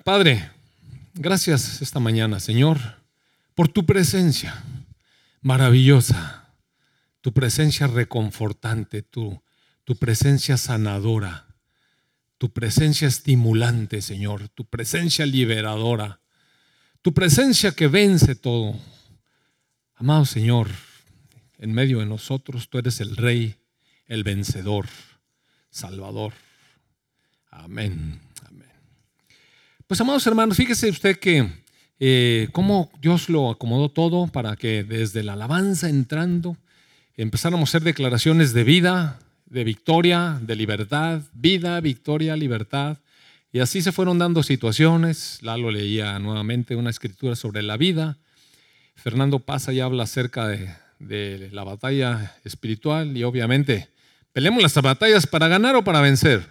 Padre, gracias esta mañana, Señor, por tu presencia maravillosa, tu presencia reconfortante, tu presencia sanadora, tu presencia estimulante, Señor, tu presencia liberadora, tu presencia que vence todo. Amado Señor, en medio de nosotros tú eres el Rey, el vencedor, Salvador. Amén. Amén. Pues, amados hermanos, fíjese usted que cómo Dios lo acomodó todo para que desde la alabanza entrando empezáramos a hacer declaraciones de vida, de victoria, de libertad, vida, victoria, libertad. Y así se fueron dando situaciones. Lalo leía nuevamente una escritura sobre la vida. Fernando Pasa y habla acerca de la batalla espiritual y obviamente peleemos las batallas para ganar o para vencer,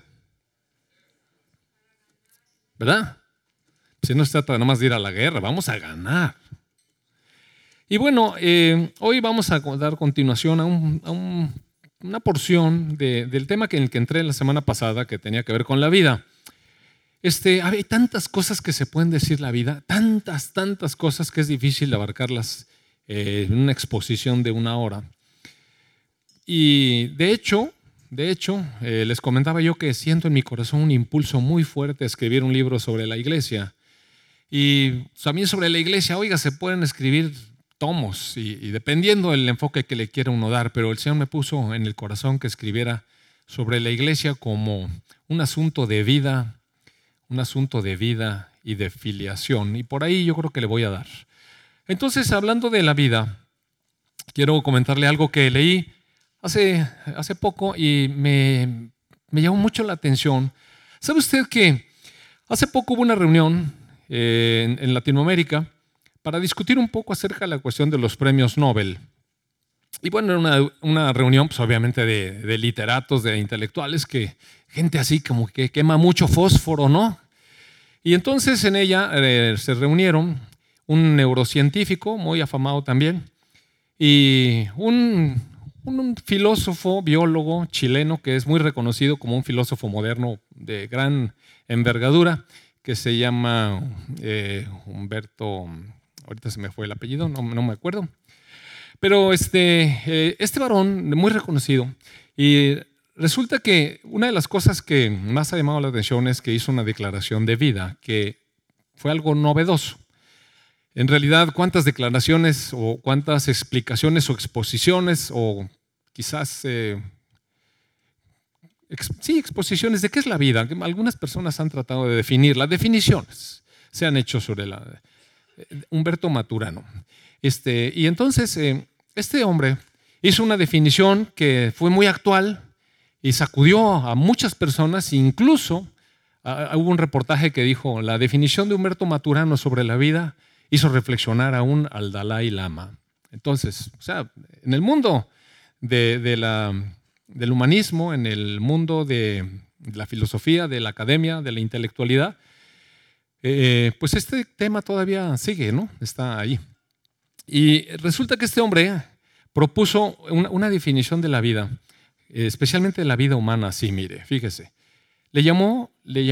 ¿verdad? Si no se trata nada más de ir a la guerra, vamos a ganar. Y bueno, hoy vamos a dar continuación a una porción del tema en el que entré la semana pasada que tenía que ver con la vida. Hay tantas cosas que se pueden decir la vida, tantas cosas que es difícil abarcarlas en una exposición de 1 hora. Y de hecho, les comentaba yo que siento en mi corazón un impulso muy fuerte a escribir un libro sobre la iglesia. Y también sobre la iglesia, oiga, se pueden escribir tomos y dependiendo del enfoque que le quiera uno dar, pero el Señor me puso en el corazón que escribiera sobre la iglesia como un asunto de vida y de filiación, y por ahí yo creo que le voy a dar. Entonces, hablando de la vida, quiero comentarle algo que leí hace poco y me llamó mucho la atención. ¿Sabe usted que hace poco hubo una reunión en Latinoamérica para discutir un poco acerca de la cuestión de los premios Nobel? Y bueno, era una reunión pues obviamente de literatos, de intelectuales, gente así como que quema mucho fósforo, ¿no? Y entonces en ella se reunieron un neurocientífico muy afamado también y un filósofo, biólogo chileno que es muy reconocido como un filósofo moderno de gran envergadura, que se llama Humberto, ahorita se me fue el apellido, no me acuerdo, pero este varón muy reconocido. Y resulta que una de las cosas que más ha llamado la atención es que hizo una declaración de vida, que fue algo novedoso. En realidad, ¿cuántas declaraciones o cuántas explicaciones o exposiciones o quizás exposiciones de qué es la vida? Algunas personas han tratado de definirla. Definiciones se han hecho sobre Humberto Maturana. Y entonces este hombre hizo una definición que fue muy actual y sacudió a muchas personas. Incluso hubo un reportaje que dijo: la definición de Humberto Maturana sobre la vida hizo reflexionar aún al Dalai Lama. Entonces, o sea, en el mundo del humanismo, en el mundo de la filosofía, de la academia, de la intelectualidad, pues este tema todavía sigue, ¿no? Está ahí. Y resulta que este hombre propuso una definición de la vida, especialmente de la vida humana, así, mire, fíjese. Le llamó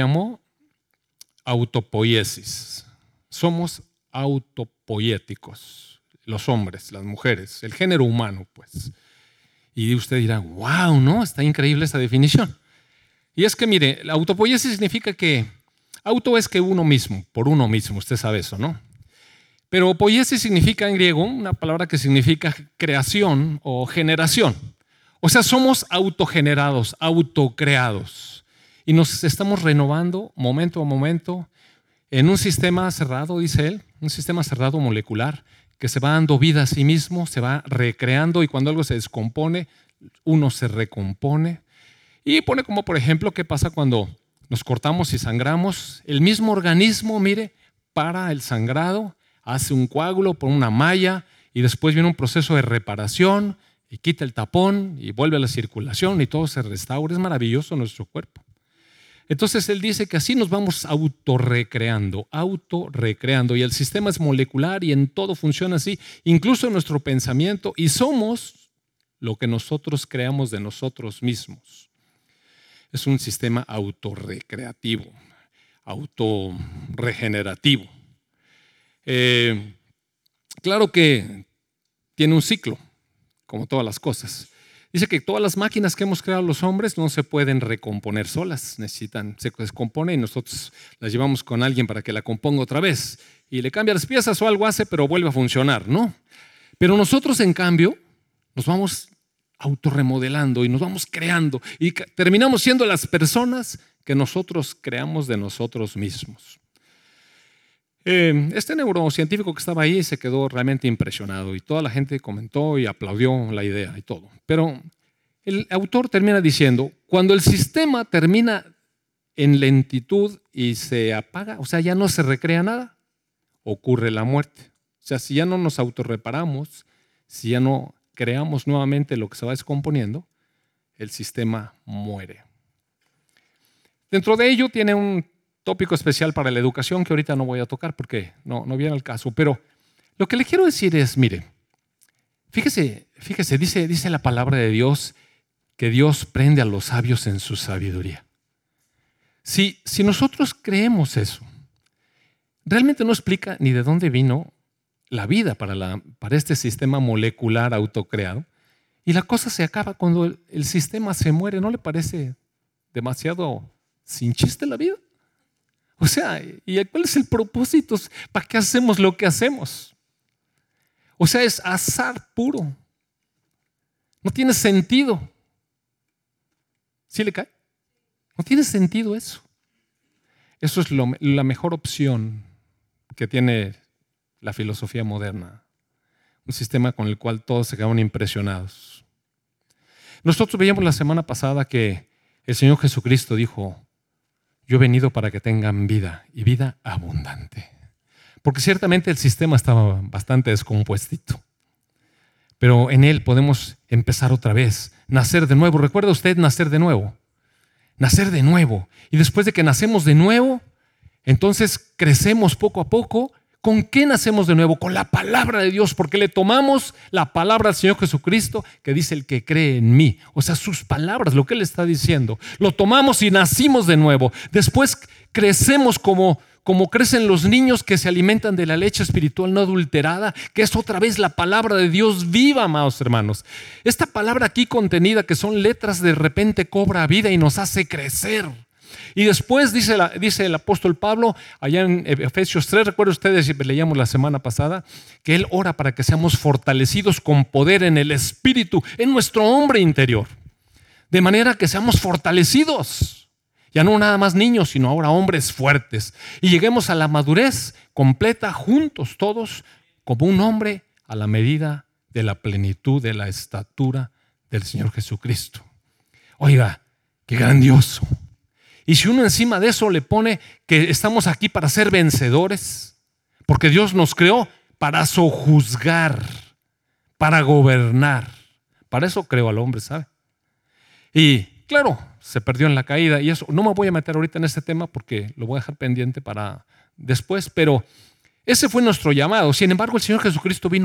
autopoiesis. Somos autopoiéticos, los hombres, las mujeres, el género humano, pues. Y usted dirá, wow, ¿no? Está increíble esa definición. Y es que, mire, la autopoiesis significa que auto es que uno mismo, por uno mismo, usted sabe eso, ¿no? Pero poiesis significa en griego una palabra que significa creación o generación. O sea, somos autogenerados, autocreados. Y nos estamos renovando momento a momento en un sistema cerrado, dice él, un sistema cerrado molecular que se va dando vida a sí mismo, se va recreando, y cuando algo se descompone, uno se recompone. Y pone como por ejemplo qué pasa cuando nos cortamos y sangramos. El mismo organismo, mire, para el sangrado, hace un coágulo, pone una malla y después viene un proceso de reparación y quita el tapón y vuelve a la circulación y todo se restaura. Es maravilloso nuestro cuerpo. Entonces él dice que así nos vamos autorrecreando, y el sistema es molecular y en todo funciona así, incluso en nuestro pensamiento, y somos lo que nosotros creamos de nosotros mismos. Es un sistema autorrecreativo. autorregenerativo. Claro que tiene un ciclo, como todas las cosas. Dice que todas las máquinas que hemos creado los hombres no se pueden recomponer solas, se descompone y nosotros las llevamos con alguien para que la componga otra vez y le cambia las piezas o algo hace, pero vuelve a funcionar, ¿no? Pero nosotros, en cambio, nos vamos autorremodelando y nos vamos creando y terminamos siendo las personas que nosotros creamos de nosotros mismos. Este neurocientífico que estaba ahí se quedó realmente impresionado y toda la gente comentó y aplaudió la idea y todo. Pero el autor termina diciendo, cuando el sistema termina en lentitud y se apaga, o sea, ya no se recrea nada, ocurre la muerte. O sea, si ya no nos autorreparamos, si ya no creamos nuevamente lo que se va descomponiendo, el sistema muere. Dentro de ello tiene un tópico especial para la educación que ahorita no voy a tocar porque no viene al caso, pero lo que le quiero decir es, mire, fíjese, dice la palabra de Dios que Dios prende a los sabios en su sabiduría. Si nosotros creemos eso, realmente no explica ni de dónde vino la vida para este sistema molecular autocreado y la cosa se acaba cuando el sistema se muere. ¿No le parece demasiado sin chiste la vida? O sea, ¿y cuál es el propósito? ¿Para qué hacemos lo que hacemos? O sea, es azar puro. No tiene sentido. ¿Sí le cae? No tiene sentido eso. Eso es la mejor opción que tiene la filosofía moderna. Un sistema con el cual todos se quedaron impresionados. Nosotros veíamos la semana pasada que el Señor Jesucristo dijo, yo he venido para que tengan vida y vida abundante. Porque ciertamente el sistema estaba bastante descompuestito. Pero en él podemos empezar otra vez, nacer de nuevo. ¿Recuerda usted nacer de nuevo? Nacer de nuevo. Y después de que nacemos de nuevo, entonces crecemos poco a poco. ¿Con qué nacemos de nuevo? Con la palabra de Dios, porque le tomamos la palabra al Señor Jesucristo que dice el que cree en mí. O sea, sus palabras, lo que Él está diciendo. Lo tomamos y nacimos de nuevo. Después crecemos como crecen los niños que se alimentan de la leche espiritual no adulterada, que es otra vez la palabra de Dios viva, amados hermanos. Esta palabra aquí contenida, que son letras, de repente cobra vida y nos hace crecer. Y después dice el apóstol Pablo, allá en Efesios 3, recuerden ustedes, leíamos la semana pasada, que él ora para que seamos fortalecidos con poder en el Espíritu, en nuestro hombre interior. De manera que seamos fortalecidos. Ya no nada más niños, sino ahora hombres fuertes. Y lleguemos a la madurez completa juntos todos, como un hombre a la medida de la plenitud de la estatura del Señor Jesucristo. Oiga, qué grandioso. Y si uno encima de eso le pone que estamos aquí para ser vencedores, porque Dios nos creó para sojuzgar, para gobernar. Para eso creó al hombre, ¿sabe? Y claro, se perdió en la caída y eso. No me voy a meter ahorita en este tema porque lo voy a dejar pendiente para después, pero ese fue nuestro llamado. Sin embargo, el Señor Jesucristo vino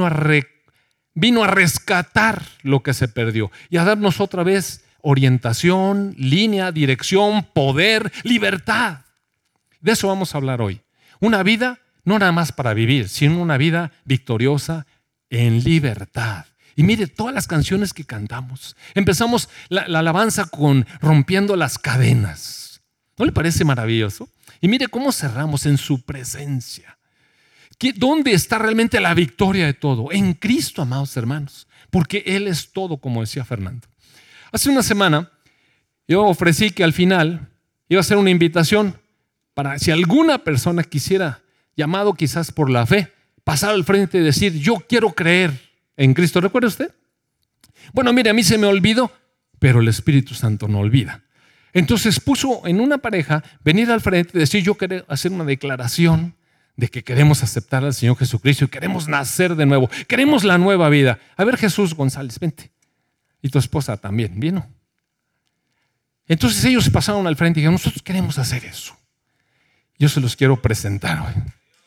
a rescatar lo que se perdió y a darnos otra vez orientación, línea, dirección, poder, libertad. De eso vamos a hablar hoy. Una vida no nada más para vivir, sino una vida victoriosa en libertad. Y mire todas las canciones que cantamos. Empezamos la alabanza con rompiendo las cadenas. ¿No le parece maravilloso? Y mire cómo cerramos en su presencia. ¿Dónde está realmente la victoria de todo? En Cristo, amados hermanos. Porque Él es todo, como decía Fernando. Hace una semana yo ofrecí que al final iba a hacer una invitación para si alguna persona quisiera, llamado quizás por la fe, pasar al frente y decir, yo quiero creer en Cristo. ¿Recuerda usted? Bueno, mire, a mí se me olvidó, pero el Espíritu Santo no olvida. Entonces puso en una pareja venir al frente y decir, yo quiero hacer una declaración de que queremos aceptar al Señor Jesucristo y queremos nacer de nuevo, queremos la nueva vida. A ver, Jesús González, vente. Y tu esposa también, ¿vino? Entonces ellos se pasaron al frente y dijeron, nosotros queremos hacer eso. Yo se los quiero presentar hoy.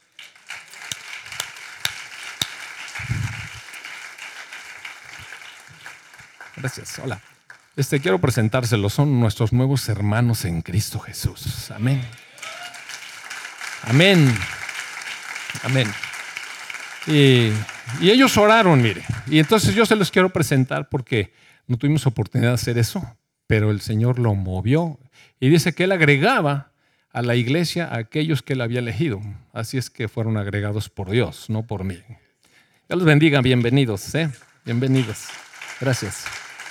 Gracias, hola. Quiero presentárselos, son nuestros nuevos hermanos en Cristo Jesús. Amén. Amén. Amén. Y ellos oraron, mire. Y entonces yo se los quiero presentar porque no tuvimos oportunidad de hacer eso, pero el Señor lo movió. Y dice que Él agregaba a la iglesia a aquellos que Él había elegido. Así es que fueron agregados por Dios, no por mí. Dios los bendiga, bienvenidos. Bienvenidos. Gracias.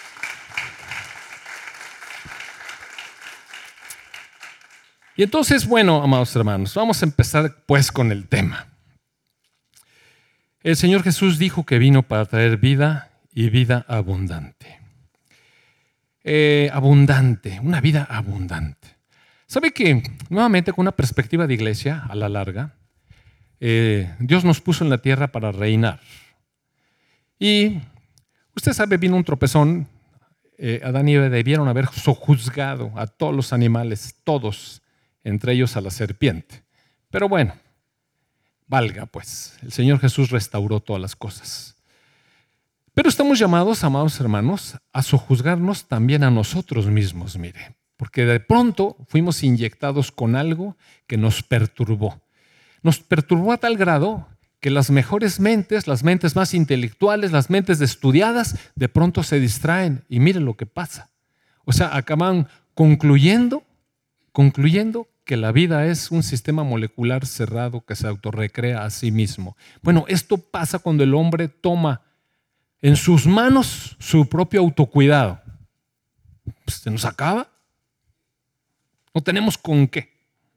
Y entonces, bueno, amados hermanos, vamos a empezar pues con el tema. El Señor Jesús dijo que vino para traer vida y vida abundante. Abundante, una vida abundante. ¿Sabe que nuevamente con una perspectiva de iglesia a la larga, Dios nos puso en la tierra para reinar? Y usted sabe, vino un tropezón, Adán y Eva debieron haber sojuzgado a todos los animales, todos, entre ellos a la serpiente. Pero bueno, valga pues, el Señor Jesús restauró todas las cosas. Pero estamos llamados, amados hermanos, a sojuzgarnos también a nosotros mismos, mire, porque de pronto fuimos inyectados con algo que nos perturbó. Nos perturbó a tal grado que las mejores mentes, las mentes más intelectuales, las mentes estudiadas, de pronto se distraen y miren lo que pasa. O sea, acaban concluyendo que la vida es un sistema molecular cerrado que se autorrecrea a sí mismo. Bueno, esto pasa cuando el hombre toma en sus manos su propio autocuidado. Pues se nos acaba. No tenemos con qué.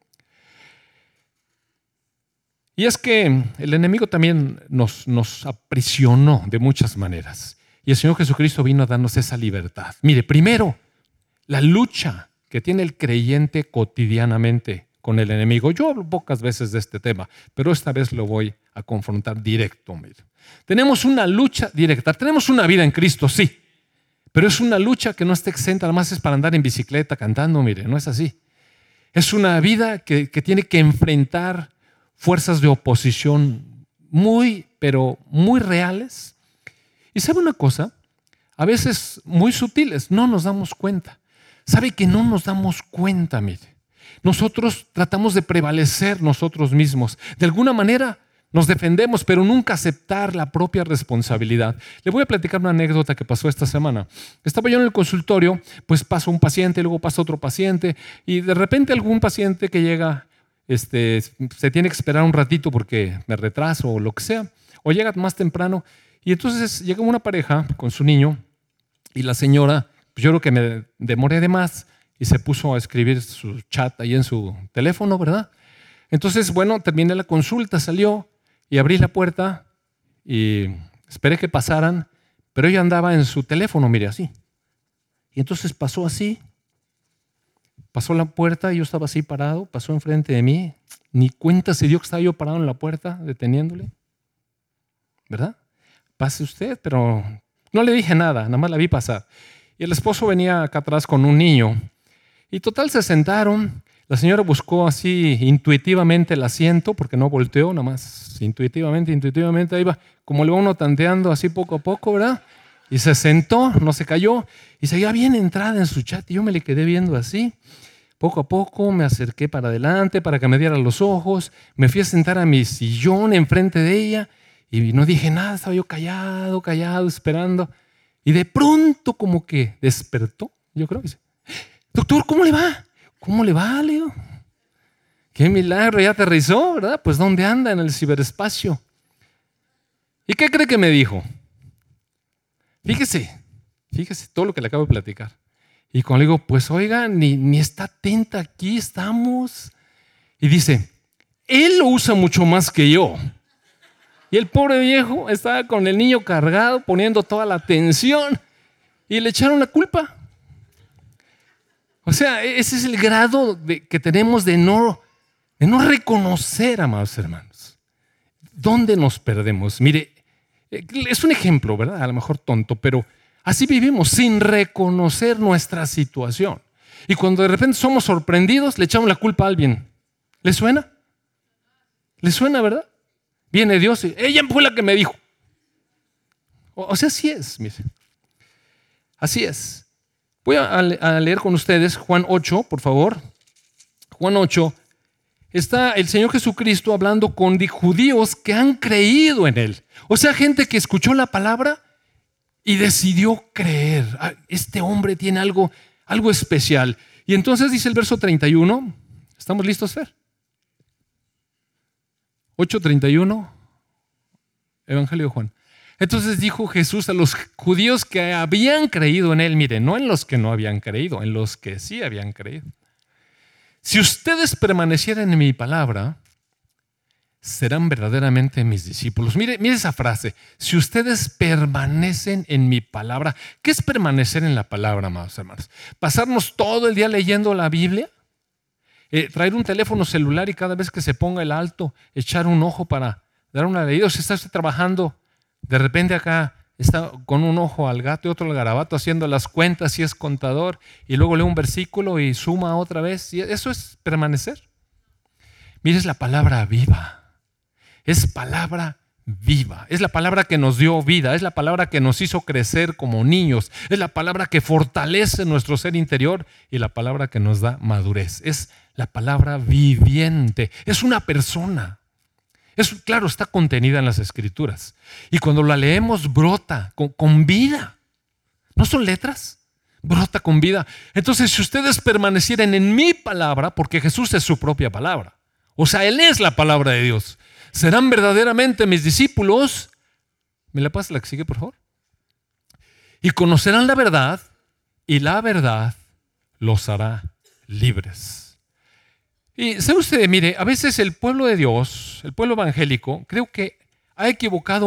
Y es que el enemigo también nos aprisionó de muchas maneras. Y el Señor Jesucristo vino a darnos esa libertad. Mire, primero, la lucha que tiene el creyente cotidianamente con el enemigo. Yo hablo pocas veces de este tema, pero esta vez lo voy a confrontar directo. Mire. Tenemos una lucha directa. Tenemos una vida en Cristo, sí, pero es una lucha que no está exenta, nada más es para andar en bicicleta cantando, mire, no es así. Es una vida que tiene que enfrentar fuerzas de oposición pero muy reales. Y ¿sabe una cosa? A veces muy sutiles, no nos damos cuenta. ¿Sabe que no nos damos cuenta? Mire, nosotros tratamos de prevalecer nosotros mismos. De alguna manera nos defendemos, pero nunca aceptar la propia responsabilidad. Le voy a platicar una anécdota que pasó esta semana. Estaba yo en el consultorio, pues pasa un paciente, luego pasa otro paciente, y de repente algún paciente que llega, se tiene que esperar un ratito porque me retraso o lo que sea, o llega más temprano, y entonces llega una pareja con su niño, y la señora, pues yo creo que me demoré de más, y se puso a escribir su chat ahí en su teléfono, ¿verdad? Entonces, bueno, terminé la consulta, salió, y abrí la puerta y esperé que pasaran, pero ella andaba en su teléfono, mire, así. Y entonces pasó así, pasó la puerta y yo estaba así parado, pasó enfrente de mí, ni cuenta se dio que estaba yo parado en la puerta deteniéndole, ¿verdad? Pase usted, pero no le dije nada, nada más la vi pasar. Y el esposo venía acá atrás con un niño y total se sentaron. La señora buscó así intuitivamente el asiento, porque no volteó, nada más intuitivamente, ahí va, como le va uno tanteando así poco a poco, ¿verdad? Y se sentó, no se cayó, y seguía bien entrada en su chat, y yo me le quedé viendo así. Poco a poco me acerqué para adelante para que me diera los ojos, me fui a sentar a mi sillón enfrente de ella, y no dije nada, estaba yo callado, esperando, y de pronto como que despertó, yo creo que dice, doctor, ¿cómo le va? ¿Cómo le va, Leo? Qué milagro, ya aterrizó, ¿verdad? Pues ¿dónde anda? En el ciberespacio. ¿Y qué cree que me dijo? Fíjese todo lo que le acabo de platicar. Y cuando le digo, pues oiga, ni está atenta, aquí estamos. Y dice, él lo usa mucho más que yo. Y el pobre viejo estaba con el niño cargado, poniendo toda la atención, y le echaron la culpa. O sea, ese es el grado que tenemos de no reconocer, amados hermanos. ¿Dónde nos perdemos? Mire, es un ejemplo, ¿verdad? A lo mejor tonto, pero así vivimos sin reconocer nuestra situación. Y cuando de repente somos sorprendidos, le echamos la culpa a alguien. ¿Le suena? ¿Le suena, verdad? Viene Dios y ella fue la que me dijo. O sea, así es, mire. Así es. Voy a leer con ustedes Juan 8, por favor. Juan 8. está el Señor Jesucristo hablando con judíos que han creído en Él. O sea, gente que escuchó la palabra y decidió creer. Este hombre tiene algo especial. Y entonces dice el verso 31. ¿Estamos listos, Fer? 8:31, Evangelio de Juan. Entonces dijo Jesús a los judíos que habían creído en Él, miren, no en los que no habían creído, en los que sí habían creído. Si ustedes permanecieran en mi palabra, serán verdaderamente mis discípulos. Mire esa frase, si ustedes permanecen en mi palabra. ¿Qué es permanecer en la palabra, amados hermanos? ¿Pasarnos todo el día leyendo la Biblia? ¿Traer un teléfono celular y cada vez que se ponga el alto, echar un ojo para dar una leída? O si está usted trabajando, de repente acá está con un ojo al gato y otro al garabato haciendo las cuentas si es contador y luego lee un versículo y suma otra vez. ¿Y eso es permanecer? Mire, es la palabra viva. Es palabra viva. Es la palabra que nos dio vida. Es la palabra que nos hizo crecer como niños. Es la palabra que fortalece nuestro ser interior y la palabra que nos da madurez. Es la palabra viviente. Es una persona. Claro, está contenida en las Escrituras. Y cuando la leemos, brota con vida. ¿No son letras? Brota con vida. Entonces, si ustedes permanecieran en mi palabra, porque Jesús es su propia palabra, o sea, Él es la palabra de Dios, serán verdaderamente mis discípulos. ¿Me la pasa la que sigue, por favor? Y conocerán la verdad, y la verdad los hará libres. Y sabe usted, mire, a veces el pueblo de Dios, el pueblo evangélico, creo que ha equivocado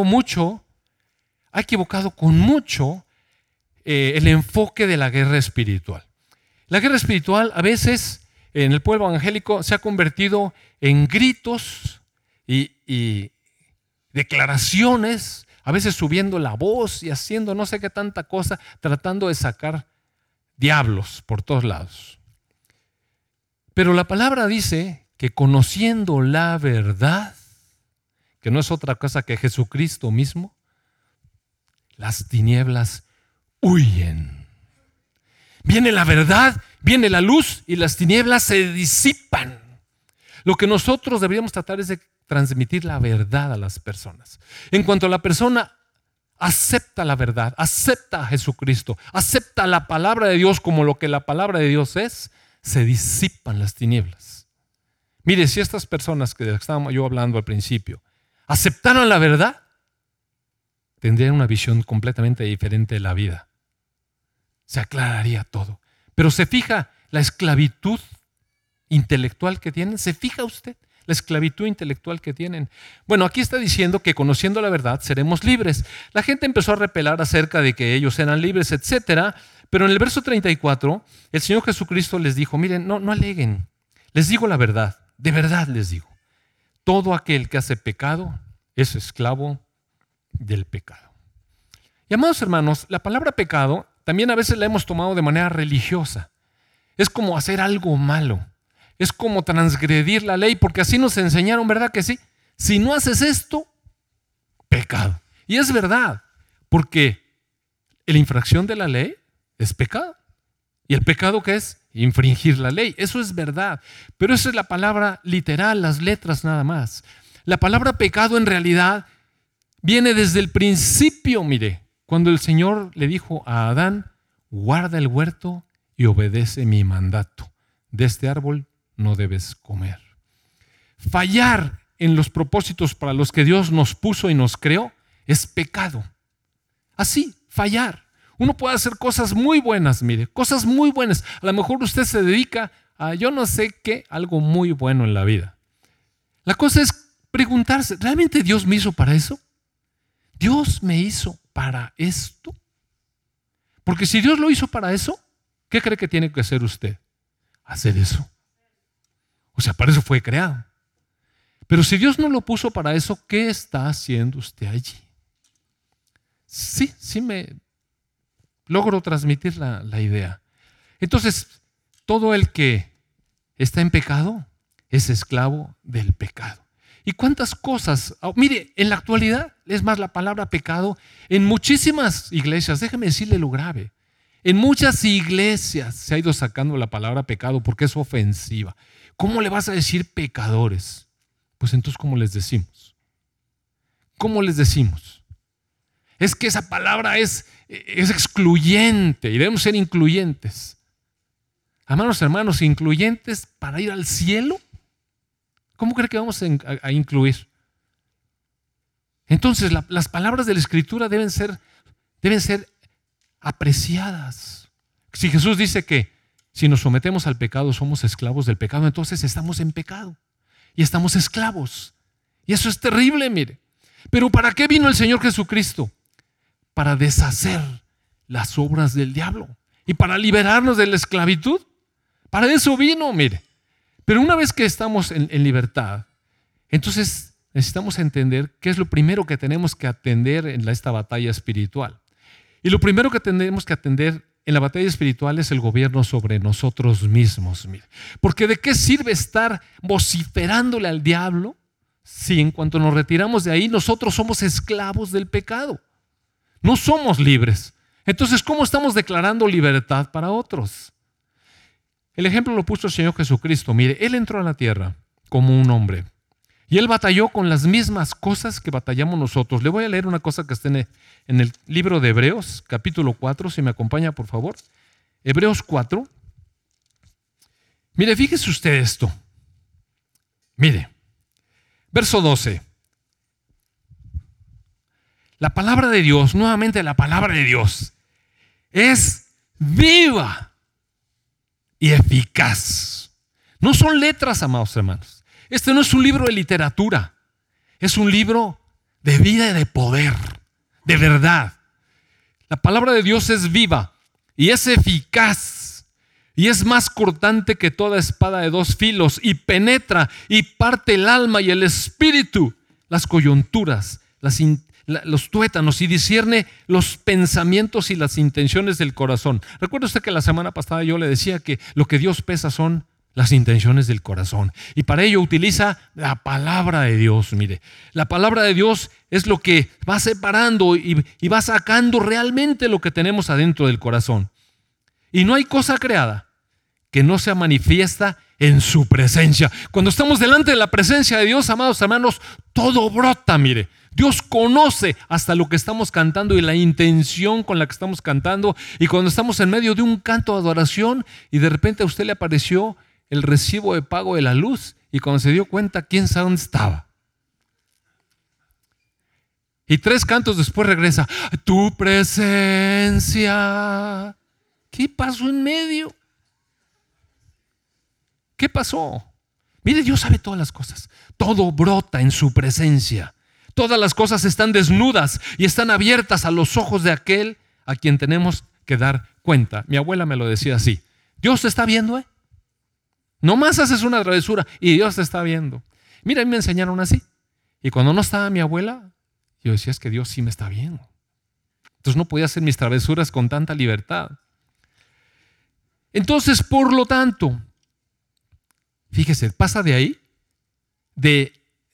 con mucho el enfoque de la guerra espiritual. La guerra espiritual a veces en el pueblo evangélico se ha convertido en gritos y declaraciones, a veces subiendo la voz y haciendo no sé qué tanta cosa, tratando de sacar diablos por todos lados. Pero la palabra dice que conociendo la verdad, que no es otra cosa que Jesucristo mismo, las tinieblas huyen. Viene la verdad, viene la luz y las tinieblas se disipan. Lo que nosotros deberíamos tratar es de transmitir la verdad a las personas. En cuanto la persona acepta la verdad, acepta a Jesucristo, acepta la palabra de Dios como lo que la palabra de Dios es, se disipan las tinieblas. Mire, si estas personas que estábamos yo hablando al principio aceptaran la verdad, tendrían una visión completamente diferente de la vida. Se aclararía todo. Pero se fija la esclavitud intelectual que tienen. ¿Se fija usted la esclavitud intelectual que tienen? Bueno, aquí está diciendo que conociendo la verdad seremos libres. La gente empezó a repelar acerca de que ellos eran libres, etcétera. Pero en el verso 34, el Señor Jesucristo les dijo, miren, no aleguen, les digo la verdad, de verdad les digo, todo aquel que hace pecado es esclavo del pecado. Y amados hermanos, la palabra pecado también a veces la hemos tomado de manera religiosa. Es como hacer algo malo, es como transgredir la ley, porque así nos enseñaron, ¿verdad que sí? Si no haces esto, pecado. Y es verdad, porque la infracción de la ley es pecado. ¿Y el pecado qué es? Infringir la ley. Eso es verdad. Pero esa es la palabra literal, las letras nada más. La palabra pecado en realidad viene desde el principio, mire, cuando el Señor le dijo a Adán, guarda el huerto y obedece mi mandato. De este árbol no debes comer. Fallar en los propósitos para los que Dios nos puso y nos creó es pecado. Así, fallar. Uno puede hacer cosas muy buenas, mire, cosas muy buenas. A lo mejor usted se dedica a yo no sé qué, algo muy bueno en la vida. La cosa es preguntarse, ¿realmente Dios me hizo para eso? ¿Dios me hizo para esto? Porque si Dios lo hizo para eso, ¿qué cree que tiene que hacer usted? Hacer eso. O sea, para eso fue creado. Pero si Dios no lo puso para eso, ¿qué está haciendo usted allí? Sí me logro transmitir la idea. Entonces, todo el que está en pecado es esclavo del pecado. ¿Y cuántas cosas? Mire, en la actualidad, es más, la palabra pecado, en muchísimas iglesias, déjeme decirle lo grave, en muchas iglesias se ha ido sacando la palabra pecado porque es ofensiva. ¿Cómo le vas a decir pecadores? Pues entonces, ¿cómo les decimos? ¿Cómo les decimos? Es que esa palabra es excluyente y debemos ser incluyentes. Hermanos, incluyentes para ir al cielo. ¿Cómo cree que vamos a incluir? Entonces, las palabras de la Escritura deben ser apreciadas. Si Jesús dice que si nos sometemos al pecado somos esclavos del pecado, entonces estamos en pecado y estamos esclavos. Y eso es terrible, mire. Pero ¿para qué vino el Señor Jesucristo? Para deshacer las obras del diablo y para liberarnos de la esclavitud. Para eso vino, mire. Pero una vez que estamos en libertad, entonces necesitamos entender qué es lo primero que tenemos que atender en esta batalla espiritual. Y lo primero que tenemos que atender en la batalla espiritual es el gobierno sobre nosotros mismos. Mire. Porque ¿de qué sirve estar vociferándole al diablo si en cuanto nos retiramos de ahí nosotros somos esclavos del pecado? No somos libres. Entonces, ¿cómo estamos declarando libertad para otros? El ejemplo lo puso el Señor Jesucristo. Mire, Él entró a la tierra como un hombre y Él batalló con las mismas cosas que batallamos nosotros. Le voy a leer una cosa que está en el libro de Hebreos, capítulo 4, si me acompaña, por favor. Hebreos 4. Mire, fíjese usted esto. Mire, verso 12. La palabra de Dios, nuevamente la palabra de Dios, es viva y eficaz. No son letras, amados hermanos. Este no es un libro de literatura. Es un libro de vida y de poder, de verdad. La palabra de Dios es viva y es eficaz y es más cortante que toda espada de dos filos y penetra y parte el alma y el espíritu, las coyunturas, los tuétanos y discierne los pensamientos y las intenciones del corazón. Recuerda usted que la semana pasada yo le decía que lo que Dios pesa son las intenciones del corazón. Y para ello utiliza la palabra de Dios. Mire, la palabra de Dios es lo que va separando y va sacando realmente lo que tenemos adentro del corazón. Y no hay cosa creada que no sea manifiesta en su presencia. Cuando estamos delante de la presencia de Dios, amados hermanos, todo brota, mire. Dios conoce hasta lo que estamos cantando y la intención con la que estamos cantando. Y cuando estamos en medio de un canto de adoración y de repente a usted le apareció el recibo de pago de la luz y cuando se dio cuenta, quién sabe dónde estaba. Y 3 cantos después regresa, tu presencia. ¿Qué pasó en medio? ¿Qué pasó? Mire, Dios sabe todas las cosas. Todo brota en su presencia. Todas las cosas están desnudas y están abiertas a los ojos de aquel a quien tenemos que dar cuenta. Mi abuela me lo decía así. Dios te está viendo, ¿eh? Nomás haces una travesura y Dios te está viendo. Mira, a mí me enseñaron así. Y cuando no estaba mi abuela, yo decía, es que Dios sí me está viendo. Entonces no podía hacer mis travesuras con tanta libertad. Entonces, por lo tanto, fíjese, pasa de ahí, de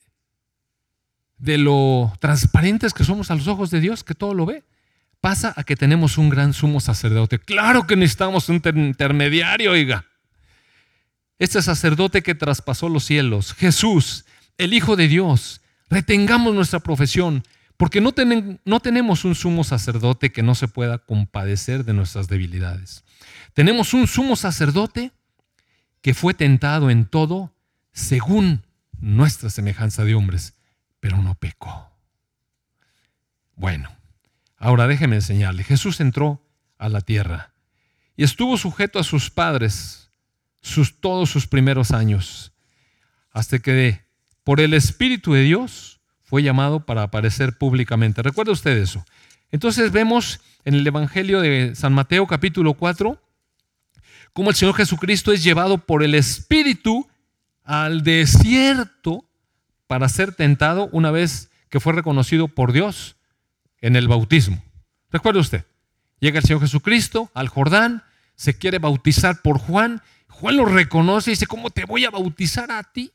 lo transparentes que somos a los ojos de Dios, que todo lo ve, pasa a que tenemos un gran sumo sacerdote. Claro que necesitamos un intermediario, oiga. Este sacerdote que traspasó los cielos, Jesús, el Hijo de Dios. Retengamos nuestra profesión, porque no tenemos un sumo sacerdote que no se pueda compadecer de nuestras debilidades. Tenemos un sumo sacerdote que fue tentado en todo según nuestra semejanza de hombres, pero no pecó. Bueno, ahora déjeme enseñarle. Jesús entró a la tierra y estuvo sujeto a sus padres todos sus primeros años, hasta que por el Espíritu de Dios fue llamado para aparecer públicamente. ¿Recuerda usted eso? Entonces vemos en el Evangelio de San Mateo capítulo 4 cómo el Señor Jesucristo es llevado por el Espíritu al desierto para ser tentado una vez que fue reconocido por Dios en el bautismo. ¿Recuerda usted? Llega el Señor Jesucristo al Jordán, se quiere bautizar por Juan. Juan lo reconoce y dice, ¿cómo te voy a bautizar a ti?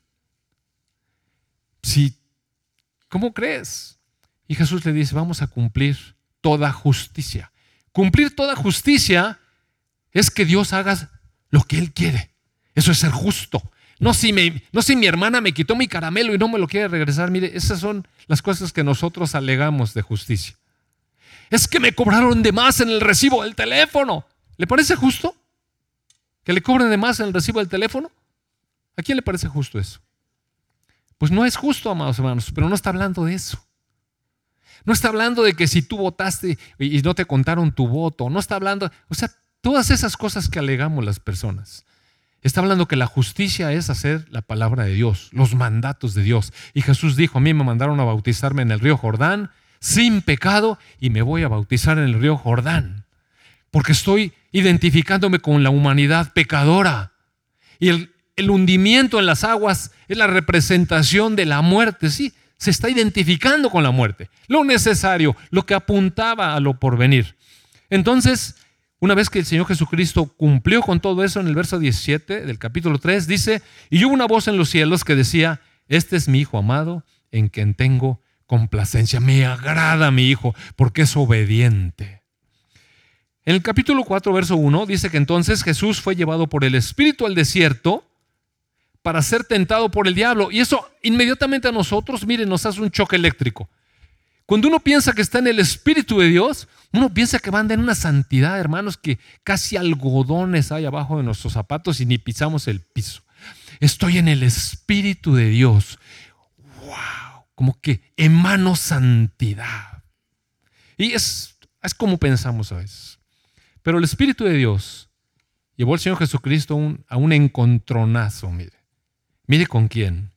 Sí, ¿cómo crees? Y Jesús le dice, vamos a cumplir toda justicia. Cumplir toda justicia es que Dios haga lo que Él quiere. Eso es ser justo. No si mi hermana me quitó mi caramelo y no me lo quiere regresar. Mire, esas son las cosas que nosotros alegamos de justicia. Es que me cobraron de más en el recibo del teléfono. ¿Le parece justo que le cobren de más en el recibo del teléfono? ¿A quién le parece justo eso? Pues no es justo, amados hermanos, pero no está hablando de eso. No está hablando de que si tú votaste y no te contaron tu voto. No está hablando, todas esas cosas que alegamos las personas. Está hablando que la justicia es hacer la palabra de Dios, los mandatos de Dios. Y Jesús dijo, a mí me mandaron a bautizarme en el río Jordán sin pecado y me voy a bautizar en el río Jordán. Porque estoy identificándome con la humanidad pecadora. Y el hundimiento en las aguas es la representación de la muerte, sí. Se está identificando con la muerte, lo necesario, lo que apuntaba a lo porvenir. Entonces, una vez que el Señor Jesucristo cumplió con todo eso, en el verso 17 del capítulo 3, dice, y hubo una voz en los cielos que decía, este es mi Hijo amado, en quien tengo complacencia. Me agrada mi Hijo, porque es obediente. En el capítulo 4, verso 1, dice que entonces Jesús fue llevado por el Espíritu al desierto para ser tentado por el diablo. Y eso inmediatamente a nosotros, miren, nos hace un choque eléctrico. Cuando uno piensa que está en el Espíritu de Dios, uno piensa que anda en una santidad, hermanos, que casi algodones hay abajo de nuestros zapatos y ni pisamos el piso. Estoy en el Espíritu de Dios. ¡Wow! Como que emano santidad. Y es como pensamos a veces. Pero el Espíritu de Dios llevó al Señor Jesucristo a un encontronazo, mire. Mire con quién.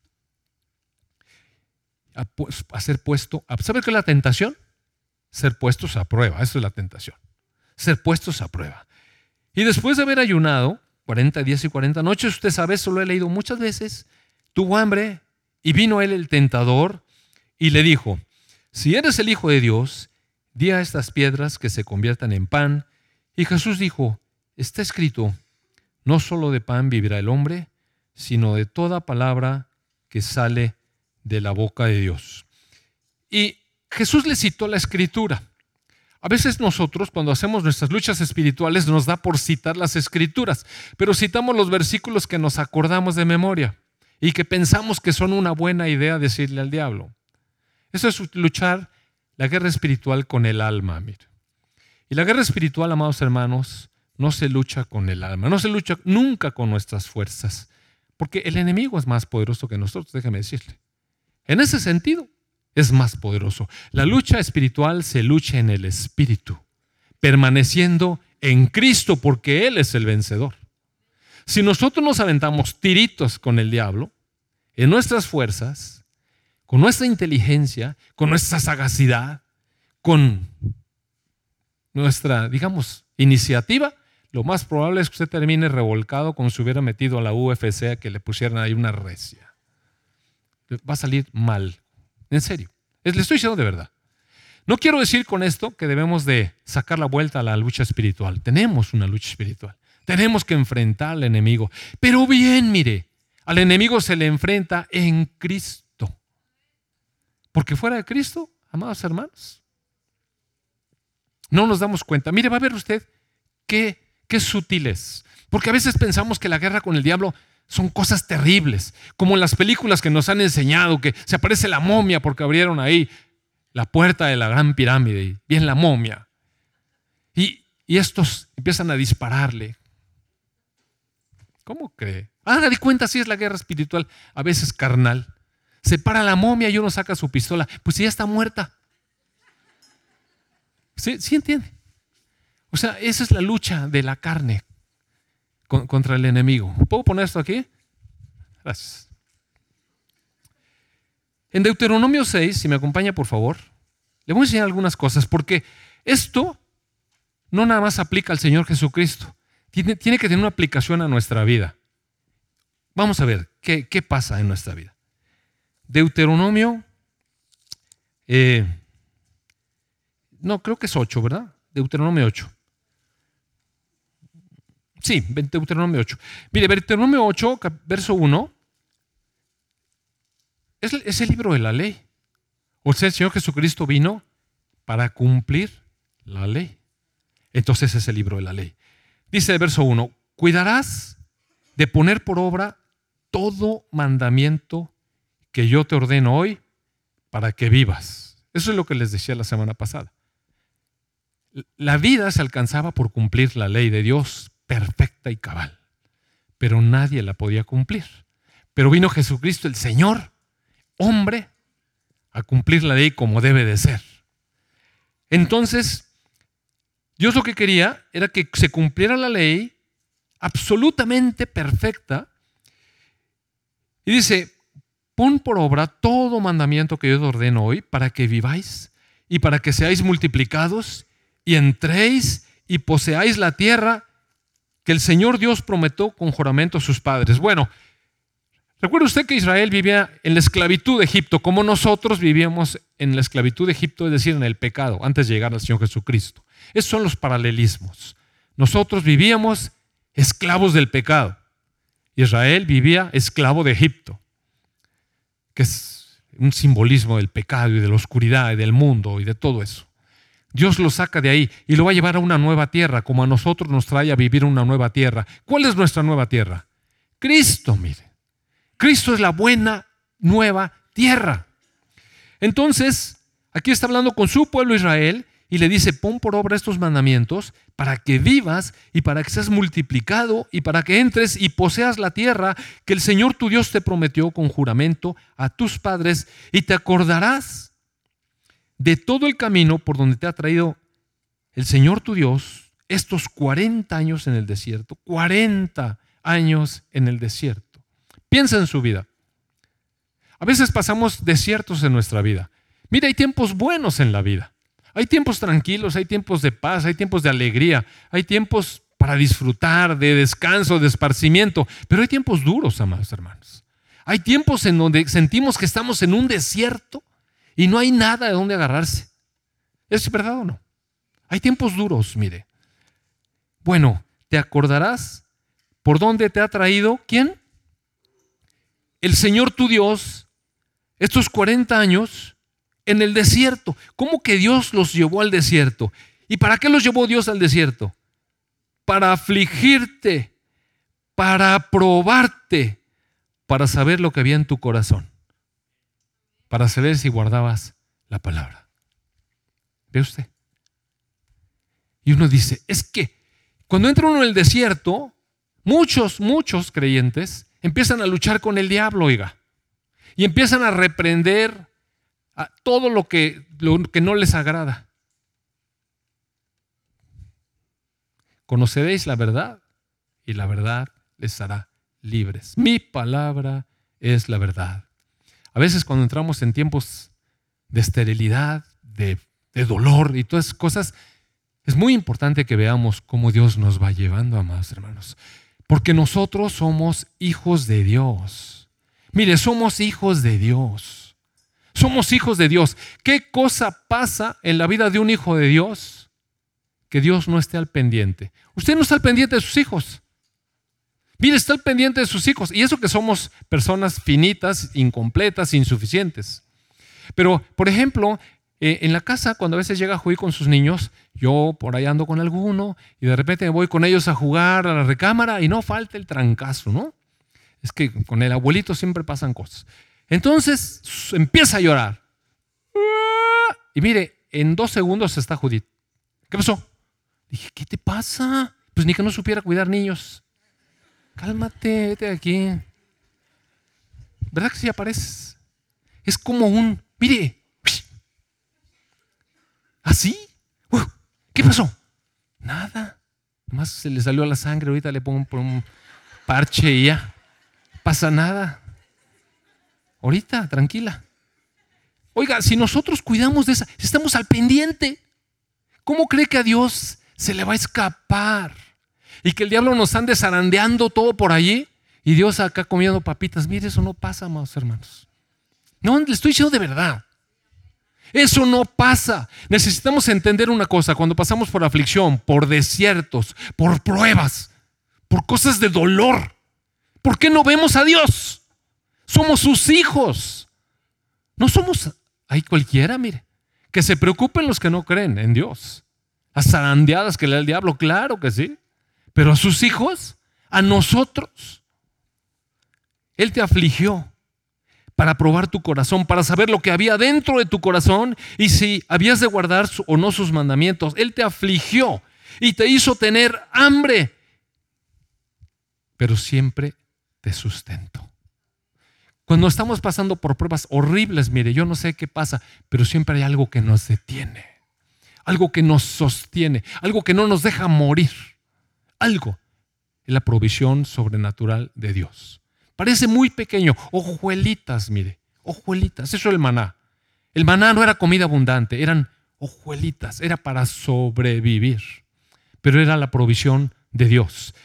A ser puesto, ¿sabe qué es la tentación? Ser puestos a prueba, eso es la tentación. Ser puestos a prueba. Y después de haber ayunado 40 días y 40 noches, usted sabe, eso lo he leído muchas veces, tuvo hambre y vino a él el tentador y le dijo, si eres el Hijo de Dios, di a estas piedras que se conviertan en pan. Y Jesús dijo, está escrito, no solo de pan vivirá el hombre, sino de toda palabra que sale de la boca de Dios. Y Jesús le citó la Escritura. A veces nosotros, cuando hacemos nuestras luchas espirituales, nos da por citar las Escrituras, pero citamos los versículos que nos acordamos de memoria y que pensamos que son una buena idea decirle al diablo. Eso es luchar la guerra espiritual con el alma, mire. Y la guerra espiritual, amados hermanos, no se lucha con el alma, no se lucha nunca con nuestras fuerzas, porque el enemigo es más poderoso que nosotros, déjeme decirle. En ese sentido, es más poderoso. La lucha espiritual se lucha en el Espíritu, permaneciendo en Cristo, porque Él es el vencedor. Si nosotros nos aventamos tiritos con el diablo, en nuestras fuerzas, con nuestra inteligencia, con nuestra sagacidad, con nuestra, digamos, iniciativa, lo más probable es que usted termine revolcado como si hubiera metido a la UFC a que le pusieran ahí una recia. Va a salir mal. En serio. Le estoy diciendo de verdad. No quiero decir con esto que debemos de sacar la vuelta a la lucha espiritual. Tenemos una lucha espiritual. Tenemos que enfrentar al enemigo. Pero bien, mire, al enemigo se le enfrenta en Cristo. Porque fuera de Cristo, amados hermanos, no nos damos cuenta. Mire, va a ver usted qué sutil es. Porque a veces pensamos que la guerra con el diablo son cosas terribles, como en las películas que nos han enseñado, que se aparece la momia porque abrieron ahí la puerta de la gran pirámide y viene la momia. Y estos empiezan a dispararle. ¿Cómo cree? Haga de cuenta si es la guerra espiritual, a veces carnal. Se para la momia y uno saca su pistola. Pues ya está muerta. ¿Sí entiende? O sea, esa es la lucha de la carne contra el enemigo. ¿Puedo poner esto aquí? Gracias. En Deuteronomio 6, si me acompaña por favor, le voy a enseñar algunas cosas, porque esto no nada más aplica al Señor Jesucristo, tiene que tener una aplicación a nuestra vida. Vamos a ver qué pasa en nuestra vida. Deuteronomio, no, creo que es 8, ¿verdad? Deuteronomio 8. Sí, Deuteronomio 8. Mire, Deuteronomio 8, verso 1, es el libro de la ley. O sea, el Señor Jesucristo vino para cumplir la ley. Entonces es el libro de la ley. Dice el verso 1, cuidarás de poner por obra todo mandamiento que yo te ordeno hoy para que vivas. Eso es lo que les decía la semana pasada. La vida se alcanzaba por cumplir la ley de Dios perfecta y cabal, pero nadie la podía cumplir. Pero vino Jesucristo, el Señor, hombre, a cumplir la ley como debe de ser. Entonces, Dios lo que quería era que se cumpliera la ley absolutamente perfecta. Y dice, pon por obra todo mandamiento que yo te ordeno hoy para que viváis y para que seáis multiplicados y entréis y poseáis la tierra que el Señor Dios prometió con juramento a sus padres. Bueno, recuerde usted que Israel vivía en la esclavitud de Egipto, como nosotros vivíamos en la esclavitud de Egipto, es decir, en el pecado, antes de llegar al Señor Jesucristo. Esos son los paralelismos. Nosotros vivíamos esclavos del pecado. Israel vivía esclavo de Egipto, que es un simbolismo del pecado y de la oscuridad y del mundo y de todo eso. Dios lo saca de ahí y lo va a llevar a una nueva tierra, como a nosotros nos trae a vivir una nueva tierra. ¿Cuál es nuestra nueva tierra? Cristo, mire. Cristo es la buena nueva tierra. Entonces, aquí está hablando con su pueblo Israel y le dice, pon por obra estos mandamientos para que vivas y para que seas multiplicado y para que entres y poseas la tierra que el Señor tu Dios te prometió con juramento a tus padres, y te acordarás de todo el camino por donde te ha traído el Señor tu Dios estos 40 años en el desierto. 40 años en el desierto. Piensa en su vida. A veces pasamos desiertos en nuestra vida. Mira, hay tiempos buenos en la vida. Hay tiempos tranquilos, hay tiempos de paz, hay tiempos de alegría, hay tiempos para disfrutar, de descanso, de esparcimiento. Pero hay tiempos duros, amados hermanos. Hay tiempos en donde sentimos que estamos en un desierto y no hay nada de dónde agarrarse. ¿Es verdad o no? Hay tiempos duros, mire. Bueno, ¿te acordarás por dónde te ha traído? ¿Quién? El Señor tu Dios, estos 40 años en el desierto. ¿Cómo que Dios los llevó al desierto? ¿Y para qué los llevó Dios al desierto? Para afligirte, para probarte, para saber lo que había en tu corazón, para saber si guardabas la palabra. ¿Ve usted? Y uno dice, es que cuando entra uno en el desierto, muchos creyentes empiezan a luchar con el diablo, oiga, y empiezan a reprender a todo lo que no les agrada. Conoceréis la verdad y la verdad les hará libres. Mi palabra es la verdad. A veces cuando entramos en tiempos de esterilidad, de dolor y todas esas cosas, es muy importante que veamos cómo Dios nos va llevando, amados hermanos. Porque nosotros somos hijos de Dios. Mire, somos hijos de Dios. Somos hijos de Dios. ¿Qué cosa pasa en la vida de un hijo de Dios que Dios no esté al pendiente? Usted no está al pendiente de sus hijos. Mire, está al pendiente de sus hijos. Y eso que somos personas finitas, incompletas, insuficientes. Pero, por ejemplo, en la casa, cuando a veces llega Juí con sus niños, yo por ahí ando con alguno y de repente me voy con ellos a jugar a la recámara y no falta el trancazo, ¿no? Es que con el abuelito siempre pasan cosas. Entonces empieza a llorar. Y mire, en 2 segundos está Judith. ¿Qué pasó? Dije, ¿qué te pasa? Pues ni que no supiera cuidar niños. Cálmate, vete de aquí. ¿Verdad que sí apareces? Es como mire, ¿así? ¿Qué pasó? Nada. Nomás se le salió la sangre, ahorita le pongo por un parche y ya. Pasa nada. Ahorita, tranquila. Oiga, si nosotros cuidamos de esa, si estamos al pendiente, ¿cómo cree que a Dios se le va a escapar? Y que el diablo nos ande zarandeando todo por allí y Dios acá comiendo papitas. Mire, eso no pasa, amados hermanos. No, le estoy diciendo de verdad. Eso no pasa. Necesitamos entender una cosa. Cuando pasamos por aflicción, por desiertos, por pruebas, por cosas de dolor, ¿por qué no vemos a Dios? Somos sus hijos. No somos ahí cualquiera, mire. Que se preocupen los que no creen en Dios. Las zarandeadas que le da el diablo, claro que sí. Pero a sus hijos, a nosotros. Él te afligió para probar tu corazón, para saber lo que había dentro de tu corazón y si habías de guardar o no sus mandamientos. Él te afligió y te hizo tener hambre, pero siempre te sustentó. Cuando estamos pasando por pruebas horribles, mire, yo no sé qué pasa, pero siempre hay algo que nos detiene, algo que nos sostiene, algo que no nos deja morir. Algo es la provisión sobrenatural de Dios. Parece muy pequeño, hojuelitas, mire, hojuelitas, eso es el maná. El maná no era comida abundante, eran hojuelitas, era para sobrevivir, pero era la provisión de Dios.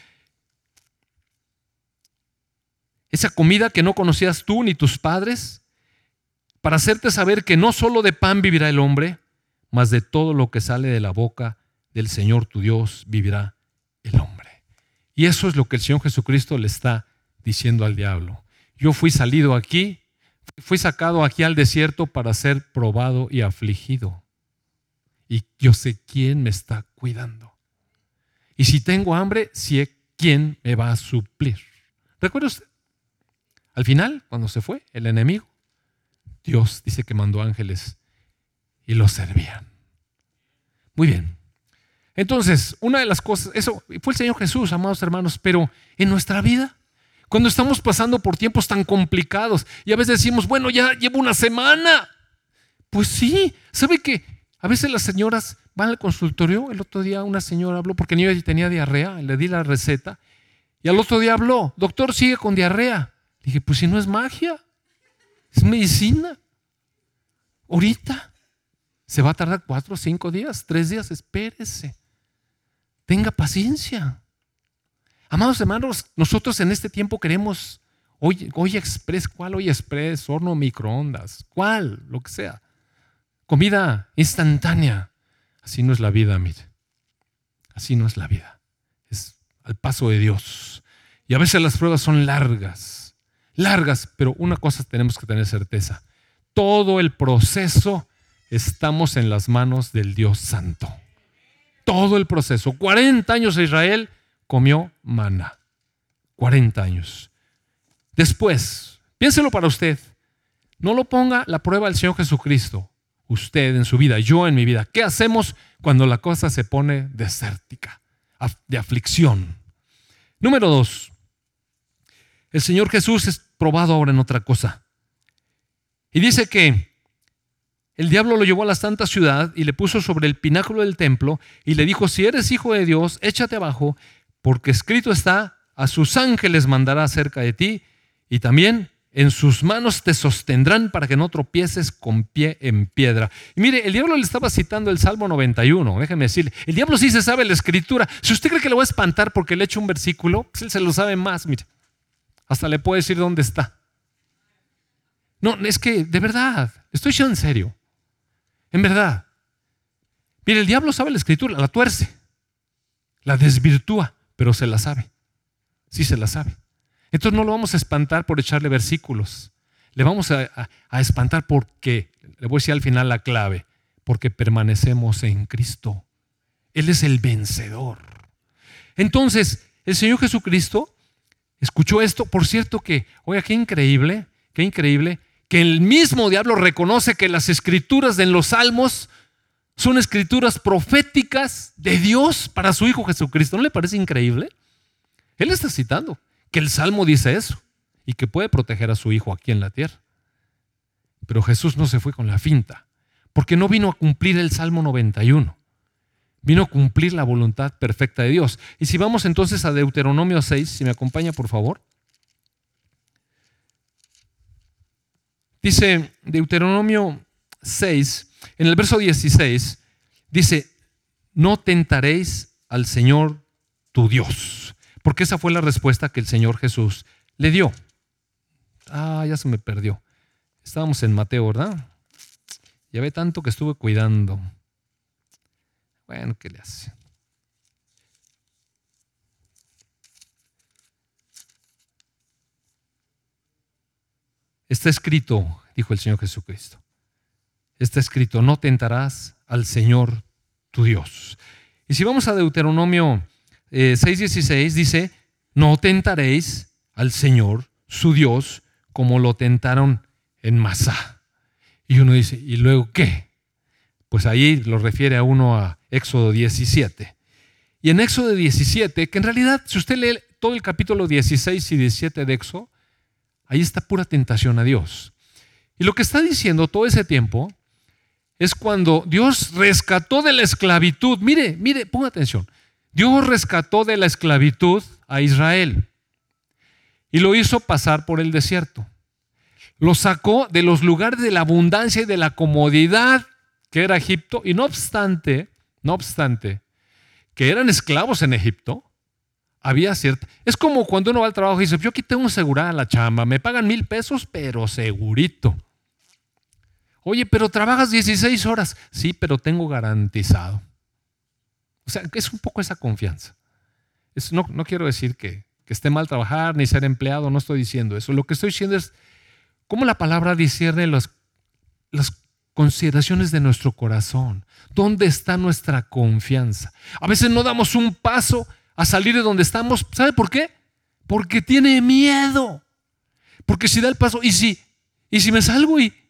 Esa comida que no conocías tú ni tus padres, para hacerte saber que no solo de pan vivirá el hombre, mas de todo lo que sale de la boca del Señor tu Dios vivirá el hombre. Y eso es lo que el Señor Jesucristo le está diciendo al diablo. Yo fui salido aquí, fui sacado aquí al desierto para ser probado y afligido. Y yo sé quién me está cuidando. Y si tengo hambre, sé quién me va a suplir. ¿Recuerda usted? Al final, cuando se fue el enemigo, Dios dice que mandó ángeles y los servían. Muy bien. Entonces, una de las cosas, eso fue el Señor Jesús, amados hermanos, pero en nuestra vida, cuando estamos pasando por tiempos tan complicados y a veces decimos, bueno, ya llevo una semana. Pues sí, ¿sabe qué? A veces las señoras van al consultorio. El otro día una señora habló porque el niño tenía diarrea, le di la receta y al otro día habló, doctor, sigue con diarrea. Dije, pues si no es magia, es medicina. Ahorita se va a tardar 4, 5 días, 3 días, espérese. Tenga paciencia. Amados hermanos, nosotros en este tiempo queremos Olla Express. ¿Cuál Olla Express? Horno microondas. ¿Cuál? Lo que sea. Comida instantánea. Así no es la vida, mire. Así no es la vida. Es al paso de Dios. Y a veces las pruebas son largas, pero una cosa tenemos que tener certeza. Todo el proceso estamos en las manos del Dios Santo. Todo el proceso. 40 años Israel comió maná. 40 años. Después, piénselo para usted. No lo ponga la prueba al Señor Jesucristo. Usted en su vida, yo en mi vida. ¿Qué hacemos cuando la cosa se pone desértica, de aflicción? Número 2. El Señor Jesús es probado ahora en otra cosa. Y dice que el diablo lo llevó a la santa ciudad y le puso sobre el pináculo del templo y le dijo, si eres hijo de Dios, échate abajo, porque escrito está, a sus ángeles mandará cerca de ti y también en sus manos te sostendrán para que no tropieces con pie en piedra. Y mire, el diablo le estaba citando el Salmo 91, déjeme decirle, el diablo sí se sabe la escritura. Si usted cree que le va a espantar porque le echo un versículo, pues él se lo sabe más, mire. Hasta le puedo decir dónde está. No, es que de verdad, estoy diciendo en serio. En verdad. Mire, el diablo sabe la escritura, la tuerce, la desvirtúa, pero se la sabe. Sí se la sabe. Entonces no lo vamos a espantar por echarle versículos. Le vamos a espantar porque, le voy a decir al final la clave, porque permanecemos en Cristo. Él es el vencedor. Entonces, el Señor Jesucristo escuchó esto. Por cierto que, oiga, qué increíble, que el mismo diablo reconoce que las escrituras de los salmos son escrituras proféticas de Dios para su Hijo Jesucristo. ¿No le parece increíble? Él está citando que el Salmo dice eso y que puede proteger a su Hijo aquí en la tierra. Pero Jesús no se fue con la finta, porque no vino a cumplir el Salmo 91. Vino a cumplir la voluntad perfecta de Dios. Y si vamos entonces a Deuteronomio 6, si me acompaña por favor. Dice Deuteronomio 6, en el verso 16, dice, no tentaréis al Señor tu Dios. Porque esa fue la respuesta que el Señor Jesús le dio. Ya se me perdió. Estábamos en Mateo, ¿verdad? Ya ve tanto que estuve cuidando. Bueno, ¿qué le hace? Está escrito, dijo el Señor Jesucristo. Está escrito, no tentarás al Señor tu Dios. Y si vamos a Deuteronomio 6:16, dice, no tentaréis al Señor su Dios, como lo tentaron en Masá. Y uno dice, ¿y luego qué? Pues ahí lo refiere a uno a Éxodo 17. Y en Éxodo 17, que en realidad, si usted lee todo el capítulo 16 y 17 de Éxodo, ahí está pura tentación a Dios. Y lo que está diciendo todo ese tiempo es cuando Dios rescató de la esclavitud. Mire, ponga atención. Dios rescató de la esclavitud a Israel y lo hizo pasar por el desierto. Lo sacó de los lugares de la abundancia y de la comodidad que era Egipto, y no obstante, que eran esclavos en Egipto, había cierta... Es como cuando uno va al trabajo y dice, yo aquí tengo asegurada la chamba, me pagan 1,000 pesos, pero segurito. Oye, pero trabajas 16 horas. Sí, pero tengo garantizado. O sea, es un poco esa confianza. No quiero decir que esté mal trabajar ni ser empleado, no estoy diciendo eso. Lo que estoy diciendo es cómo la palabra discierne las consideraciones de nuestro corazón. ¿Dónde está nuestra confianza? A veces no damos un paso a salir de donde estamos. ¿Sabe por qué? Porque tiene miedo. Porque si da el paso, ¿y si me salgo y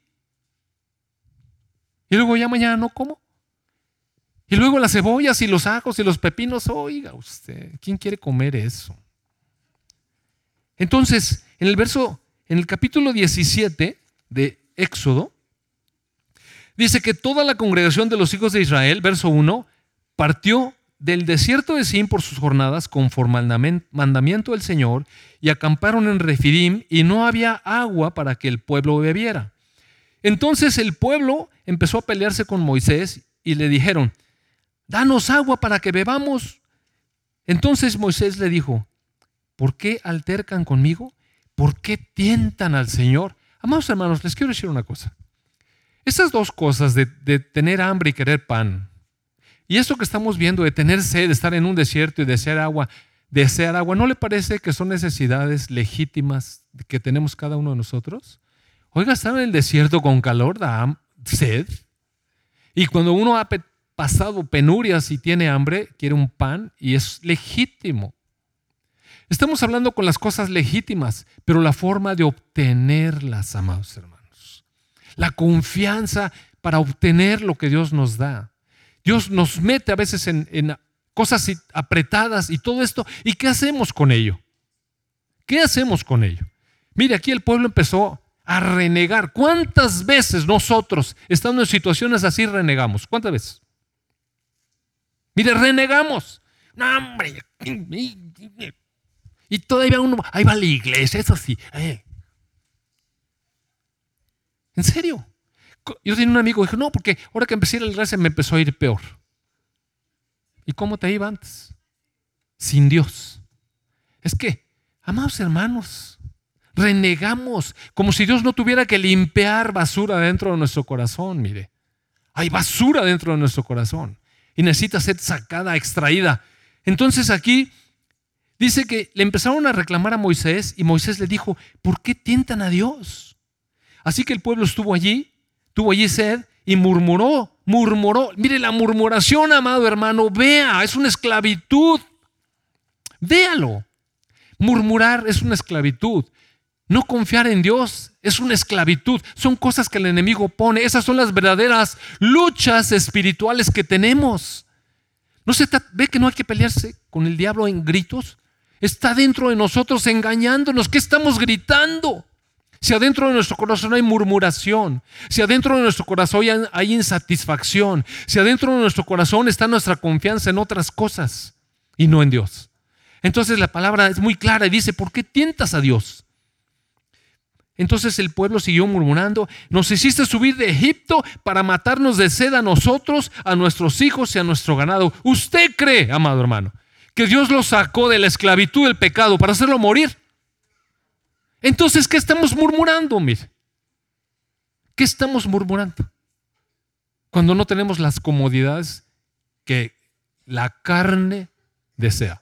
luego ya mañana no como? Y luego las cebollas y los ajos y los pepinos, oiga usted, ¿quién quiere comer eso? Entonces, en el capítulo 17 de Éxodo, dice que toda la congregación de los hijos de Israel, verso 1, partió del desierto de Sin por sus jornadas conforme al mandamiento del Señor y acamparon en Refidim y no había agua para que el pueblo bebiera. Entonces el pueblo empezó a pelearse con Moisés y le dijeron, danos agua para que bebamos. Entonces Moisés le dijo, ¿por qué altercan conmigo? ¿Por qué tientan al Señor? Amados hermanos, les quiero decir una cosa. Esas dos cosas de tener hambre y querer pan, y esto que estamos viendo de tener sed, de estar en un desierto y desear agua, ¿no le parece que son necesidades legítimas que tenemos cada uno de nosotros? Oiga, estar en el desierto con calor da sed. Y cuando uno ha pasado penurias y tiene hambre, quiere un pan y es legítimo. Estamos hablando con las cosas legítimas, pero la forma de obtenerlas, amados hermanos. La confianza para obtener lo que Dios nos da. Dios nos mete a veces en cosas apretadas y todo esto. ¿Y qué hacemos con ello? ¿Qué hacemos con ello? Mire, aquí el pueblo empezó a renegar. ¿Cuántas veces nosotros, estando en situaciones así, renegamos? ¿Cuántas veces? Mire, renegamos. No, hombre. Y todavía uno, ahí va a la iglesia, eso sí. ¿En serio? Yo tenía un amigo que dijo, no, porque ahora que empecé a ir a la iglesia me empezó a ir peor. ¿Y cómo te iba antes? Sin Dios. Es que, amados hermanos, renegamos como si Dios no tuviera que limpiar basura dentro de nuestro corazón. Mire, hay basura dentro de nuestro corazón y necesita ser sacada, extraída. Entonces aquí dice que le empezaron a reclamar a Moisés y Moisés le dijo, ¿por qué tientan a Dios? Así que el pueblo tuvo allí sed y murmuró. Mire, la murmuración, amado hermano, vea, es una esclavitud. Véalo. Murmurar es una esclavitud. No confiar en Dios es una esclavitud. Son cosas que el enemigo pone. Esas son las verdaderas luchas espirituales que tenemos. ¿Ve que no hay que pelearse con el diablo en gritos? Está dentro de nosotros engañándonos. ¿Qué estamos gritando? Si adentro de nuestro corazón hay murmuración, si adentro de nuestro corazón hay insatisfacción, si adentro de nuestro corazón está nuestra confianza en otras cosas y no en Dios. Entonces la palabra es muy clara y dice, ¿por qué tientas a Dios? Entonces el pueblo siguió murmurando, nos hiciste subir de Egipto para matarnos de sed a nosotros, a nuestros hijos y a nuestro ganado. ¿Usted cree, amado hermano, que Dios lo sacó de la esclavitud del pecado para hacerlo morir? Entonces, ¿qué estamos murmurando? Mire, ¿qué estamos murmurando? Cuando no tenemos las comodidades que la carne desea.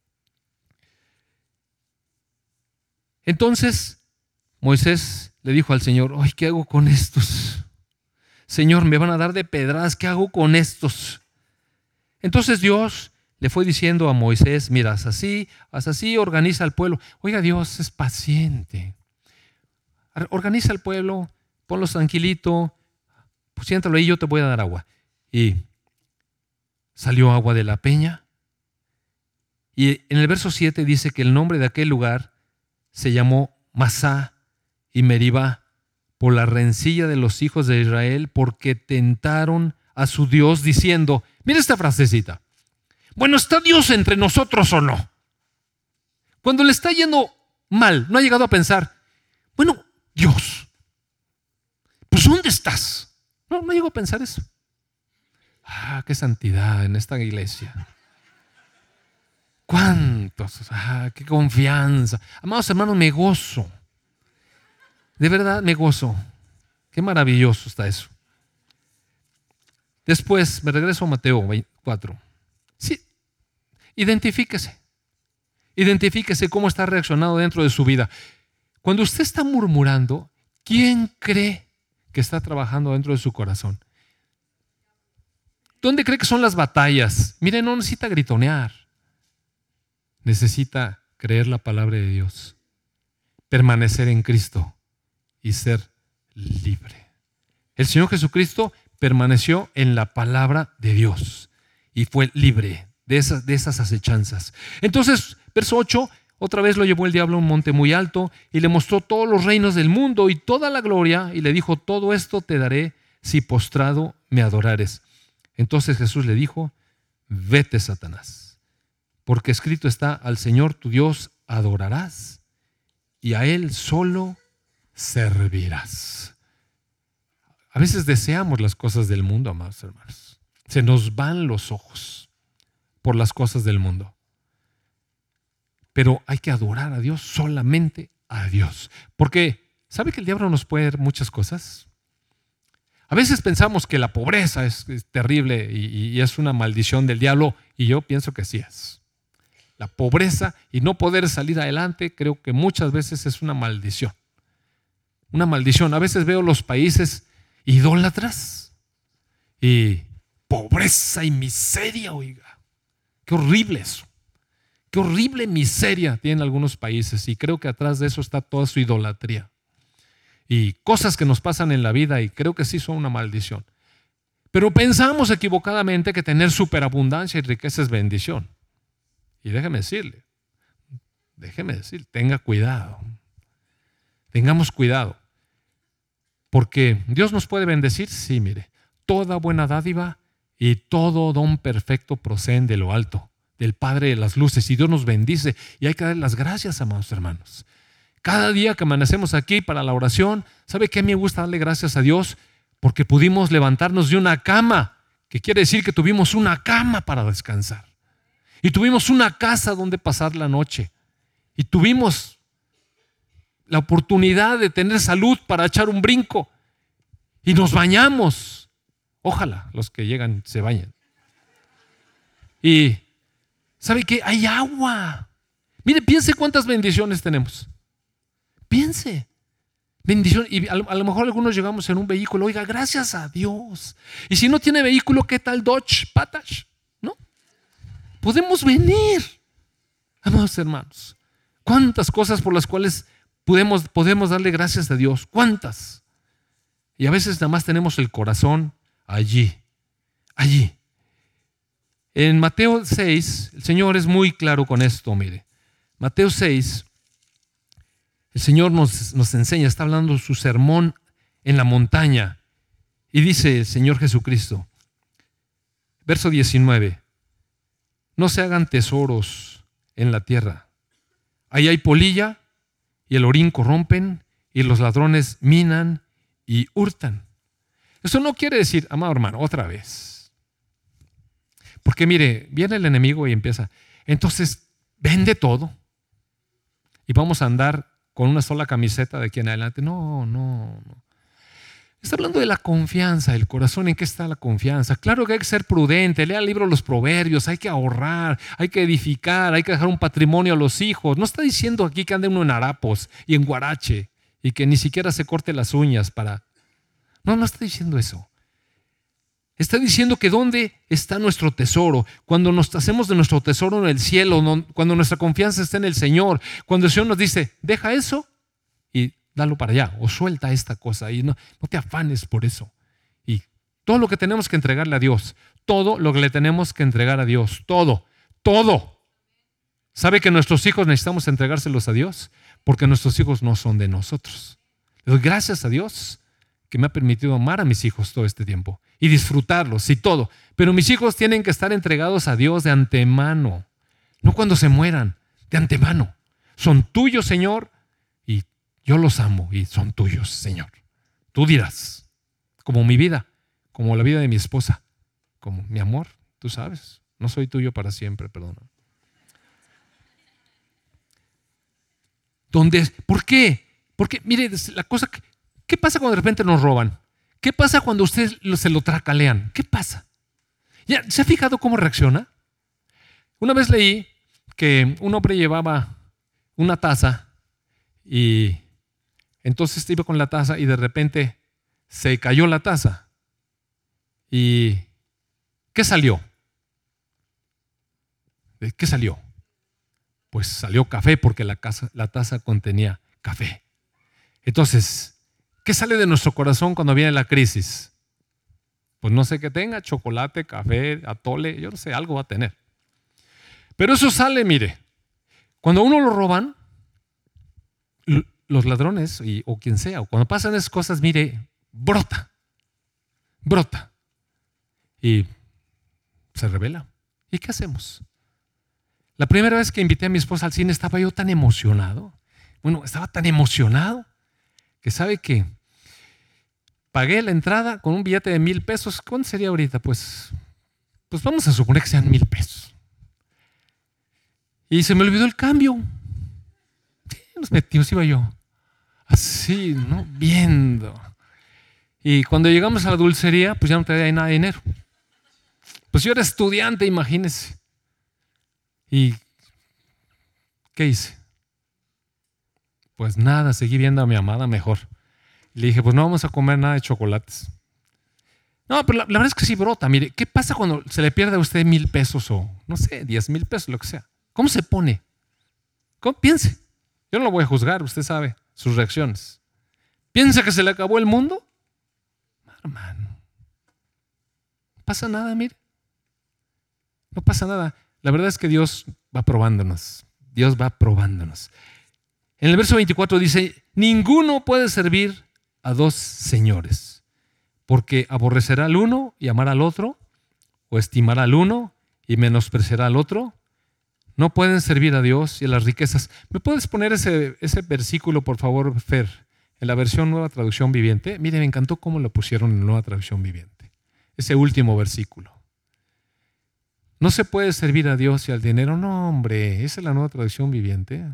Entonces, Moisés le dijo al Señor, ay, ¿qué hago con estos? Señor, me van a dar de pedradas, ¿qué hago con estos? Entonces Dios le fue diciendo a Moisés, mira, haz así, organiza al pueblo. Oiga, Dios es paciente. Organiza al pueblo, ponlos tranquilito, pues siéntalo ahí, yo te voy a dar agua. Y salió agua de la peña. Y en el verso 7 dice que el nombre de aquel lugar se llamó Masá y Meribá por la rencilla de los hijos de Israel, porque tentaron a su Dios diciendo, mira esta frasecita, bueno, ¿está Dios entre nosotros o no? Cuando le está yendo mal, no ha llegado a pensar, bueno, Dios, pues ¿dónde estás? No llegó a pensar eso. Qué santidad en esta iglesia. ¿Cuántos? Qué confianza. Amados hermanos, me gozo. De verdad me gozo. Qué maravilloso está eso. Después me regreso a Mateo 24. Sí, identifíquese. Identifíquese cómo está reaccionando dentro de su vida. Cuando usted está murmurando, ¿quién cree que está trabajando dentro de su corazón? ¿Dónde cree que son las batallas? Mire, no necesita gritonear. Necesita creer la palabra de Dios, permanecer en Cristo y ser libre. El Señor Jesucristo permaneció en la palabra de Dios y fue libre de esas acechanzas. Entonces, verso 8, otra vez lo llevó el diablo a un monte muy alto y le mostró todos los reinos del mundo y toda la gloria y le dijo, todo esto te daré si postrado me adorares. Entonces Jesús le dijo, vete, Satanás, porque escrito está, al Señor tu Dios adorarás y a Él solo servirás. A veces deseamos las cosas del mundo, amados hermanos. Se nos van los ojos por las cosas del mundo. Pero hay que adorar a Dios, solamente a Dios. Porque, ¿sabe que el diablo nos puede dar muchas cosas? A veces pensamos que la pobreza es terrible y es una maldición del diablo, y yo pienso que sí es. La pobreza y no poder salir adelante, creo que muchas veces es una maldición. Una maldición. A veces veo los países idólatras y pobreza y miseria, oiga. Qué horrible eso. Qué horrible miseria tienen algunos países y creo que atrás de eso está toda su idolatría. Y cosas que nos pasan en la vida y creo que sí son una maldición. Pero pensamos equivocadamente que tener superabundancia y riqueza es bendición. Y déjeme decirle, tenga cuidado. Tengamos cuidado. Porque Dios nos puede bendecir, sí, mire. Toda buena dádiva y todo don perfecto proceden de lo alto, del Padre de las luces, y Dios nos bendice y hay que darle las gracias, amados hermanos. Cada día que amanecemos aquí para la oración, ¿sabe qué? Me gusta darle gracias a Dios porque pudimos levantarnos de una cama, que quiere decir que tuvimos una cama para descansar y tuvimos una casa donde pasar la noche y tuvimos la oportunidad de tener salud para echar un brinco y nos bañamos. Ojalá los que llegan se bañen. Y ¿sabe qué? Hay agua. Mire, piense cuántas bendiciones tenemos. Piense. Bendición. Y a lo mejor algunos llegamos en un vehículo. Oiga, gracias a Dios. Y si no tiene vehículo, ¿qué tal Dodge Patash? ¿No? Podemos venir. Amados hermanos, ¿cuántas cosas por las cuales podemos darle gracias a Dios? ¿Cuántas? Y a veces nada más tenemos el corazón allí. En Mateo 6, el Señor es muy claro con esto, mire. Mateo 6, el Señor nos enseña, está hablando su sermón en la montaña. Y dice el Señor Jesucristo, verso 19, no se hagan tesoros en la tierra. Ahí hay polilla y el orín corrompen y los ladrones minan y hurtan. Eso no quiere decir, amado hermano, otra vez. Porque mire, viene el enemigo y empieza, entonces vende todo y vamos a andar con una sola camiseta de aquí en adelante. No. Está hablando de la confianza, el corazón. ¿En qué está la confianza? Claro que hay que ser prudente, lea el libro de los Proverbios, hay que ahorrar, hay que edificar, hay que dejar un patrimonio a los hijos. No está diciendo aquí que ande uno en harapos y en guarache y que ni siquiera se corte las uñas para... No está diciendo eso. Está diciendo que dónde está nuestro tesoro. Cuando nos hacemos de nuestro tesoro en el cielo, cuando nuestra confianza está en el Señor, cuando el Señor nos dice, deja eso y dalo para allá, o suelta esta cosa y no te afanes por eso. Y todo lo que tenemos que entregarle a Dios, todo lo que le tenemos que entregar a Dios, todo. ¿Sabe que nuestros hijos necesitamos entregárselos a Dios? Porque nuestros hijos no son de nosotros. Le doy gracias a Dios que me ha permitido amar a mis hijos todo este tiempo y disfrutarlos y todo. Pero mis hijos tienen que estar entregados a Dios de antemano, no cuando se mueran, de antemano. Son tuyos, Señor, y yo los amo y son tuyos, Señor. Tú dirás, como mi vida, como la vida de mi esposa, como mi amor, tú sabes, no soy tuyo para siempre, perdona. ¿Por qué? Porque, mire, la cosa, ¿qué pasa cuando de repente nos roban? ¿Qué pasa cuando ustedes se lo tracalean? ¿Qué pasa? ¿Ya se ha fijado cómo reacciona? Una vez leí que un hombre llevaba una taza y entonces iba con la taza y de repente se cayó la taza. ¿Y qué salió? ¿De qué salió? Pues salió café porque la taza contenía café. Entonces, ¿qué sale de nuestro corazón cuando viene la crisis? Pues no sé qué tenga, chocolate, café, atole, yo no sé, algo va a tener. Pero eso sale, mire, cuando a uno lo roban, los ladrones o quien sea, o cuando pasan esas cosas, mire, brota y se revela. ¿Y qué hacemos? La primera vez que invité a mi esposa al cine estaba yo tan emocionado. Estaba tan emocionado que sabe que pagué la entrada con un billete de 1,000 pesos. ¿Cuánto sería ahorita? Pues vamos a suponer que sean 1,000 pesos. Y se me olvidó el cambio. Nos metimos, iba yo así, ¿no? Viendo. Y cuando llegamos a la dulcería, pues ya no traía nada de dinero. Pues yo era estudiante, imagínense. ¿Y qué hice? Pues nada, seguí viendo a mi amada mejor. Le dije, pues no vamos a comer nada de chocolates. No, pero la verdad es que sí brota. Mire, ¿qué pasa cuando se le pierde a usted 1,000 pesos o, no sé, 10,000 pesos, lo que sea? ¿Cómo se pone? ¿Cómo piense? Yo no lo voy a juzgar, usted sabe sus reacciones. ¿Piensa que se le acabó el mundo? Hermano, no pasa nada, mire. No pasa nada. La verdad es que Dios va probándonos. Dios va probándonos. En el verso 24 dice, ninguno puede servir a dos señores, porque aborrecerá al uno y amará al otro, o estimará al uno y menospreciará al otro. No pueden servir a Dios y a las riquezas. ¿Me puedes poner ese versículo, por favor, Fer, en la versión Nueva Traducción Viviente? Mire, me encantó cómo lo pusieron en la Nueva Traducción Viviente. Ese último versículo. No se puede servir a Dios y al dinero. No, hombre, esa es la Nueva Traducción Viviente.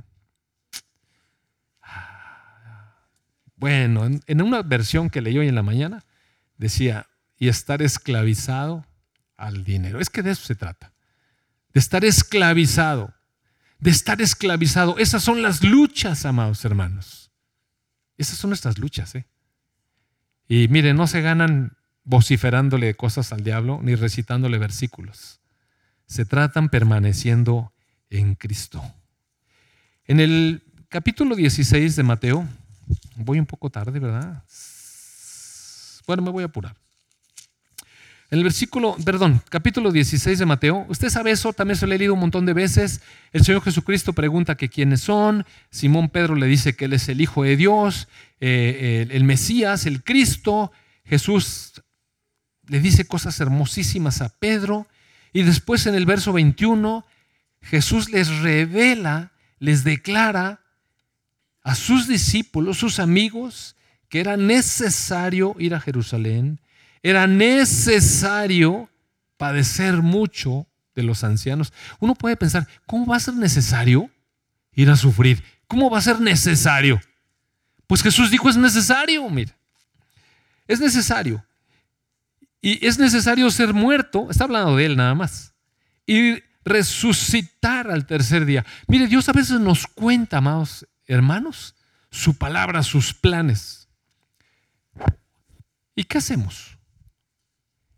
Bueno, en una versión que leí hoy en la mañana, decía, y estar esclavizado al dinero. Es que de eso se trata. De estar esclavizado. De estar esclavizado. Esas son las luchas, amados hermanos. Esas son nuestras luchas, ¿eh? Y mire, no se ganan vociferándole cosas al diablo, ni recitándole versículos. Se tratan permaneciendo en Cristo. En el capítulo 16 de Mateo, voy un poco tarde, ¿verdad? Bueno, me voy a apurar. En el capítulo 16 de Mateo, usted sabe eso, también se lo he leído un montón de veces. El Señor Jesucristo pregunta que quiénes son. Simón Pedro le dice que Él es el Hijo de Dios, el Mesías, el Cristo. Jesús le dice cosas hermosísimas a Pedro. Y después en el verso 21, Jesús les revela, les declara a sus discípulos, sus amigos, que era necesario ir a Jerusalén, era necesario padecer mucho de los ancianos. Uno puede pensar, ¿cómo va a ser necesario ir a sufrir? ¿Cómo va a ser necesario? Pues Jesús dijo, es necesario, mira, es necesario. Y es necesario ser muerto, está hablando de Él nada más, y resucitar al tercer día. Mire, Dios a veces nos cuenta, amados hermanos, su palabra, sus planes. ¿Y qué hacemos?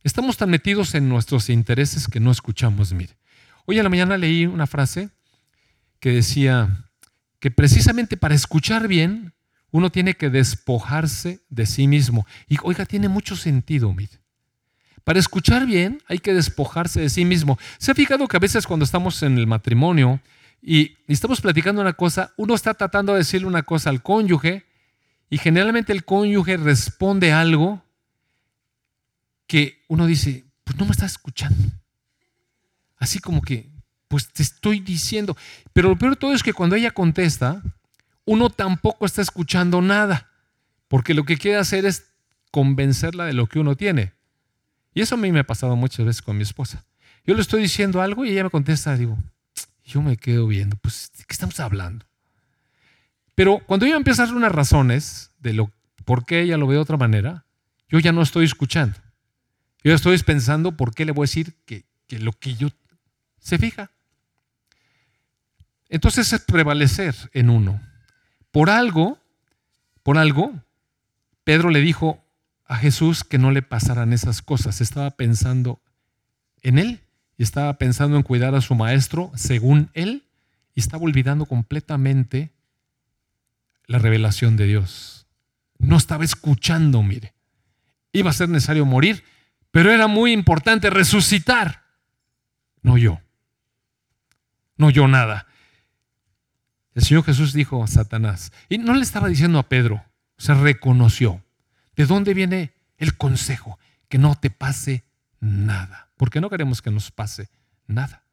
Estamos tan metidos en nuestros intereses que no escuchamos. Mire, hoy en la mañana leí una frase que decía que precisamente para escuchar bien uno tiene que despojarse de sí mismo. Y oiga, tiene mucho sentido, mire. Para escuchar bien hay que despojarse de sí mismo. ¿Se ha fijado que a veces cuando estamos en el matrimonio y estamos platicando una cosa, uno está tratando de decirle una cosa al cónyuge y generalmente el cónyuge responde algo que uno dice, pues no me estás escuchando? Así como que, pues te estoy diciendo. Pero lo peor de todo es que cuando ella contesta, uno tampoco está escuchando nada, porque lo que quiere hacer es convencerla de lo que uno tiene. Y eso a mí me ha pasado muchas veces con mi esposa. Yo le estoy diciendo algo y ella me contesta, digo, yo me quedo viendo, pues, ¿de qué estamos hablando? Pero cuando ella empieza a dar unas razones de por qué ella lo ve de otra manera, yo ya no estoy escuchando. Yo estoy pensando por qué le voy a decir que lo que yo se fija. Entonces es prevalecer en uno. Por algo, Pedro le dijo a Jesús que no le pasaran esas cosas. Estaba pensando en él y estaba pensando en cuidar a su maestro según él y estaba olvidando completamente la revelación de Dios. No estaba escuchando, mire. Iba a ser necesario morir, pero era muy importante resucitar. No yo nada. El Señor Jesús dijo a Satanás, y no le estaba diciendo a Pedro, se reconoció. ¿De dónde viene el consejo? Que no te pase nada, porque no queremos que nos pase nada.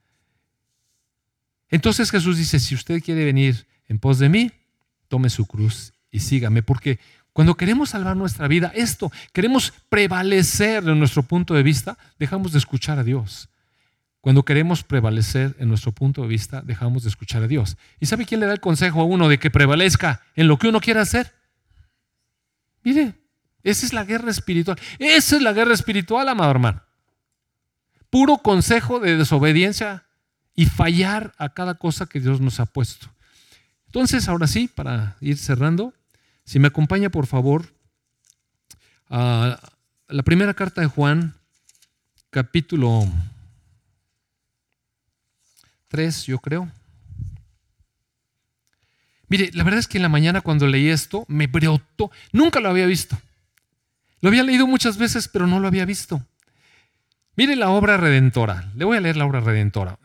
Entonces Jesús dice, si usted quiere venir en pos de mí, tome su cruz y sígame, porque cuando queremos salvar nuestra vida, queremos prevalecer en nuestro punto de vista, dejamos de escuchar a Dios. Cuando queremos prevalecer en nuestro punto de vista, dejamos de escuchar a Dios. ¿Y sabe quién le da el consejo a uno de que prevalezca en lo que uno quiera hacer? Mire, esa es la guerra espiritual. Esa es la guerra espiritual, amado hermano. Puro consejo de desobediencia y fallar a cada cosa que Dios nos ha puesto. Entonces, ahora sí, para ir cerrando, si me acompaña, por favor, a la primera carta de Juan, capítulo 3, yo creo. Mire, la verdad es que en la mañana cuando leí esto, me brotó. Nunca lo había visto. Lo había leído muchas veces, pero no lo había visto. Mire la obra redentora. Le voy a leer la obra redentora.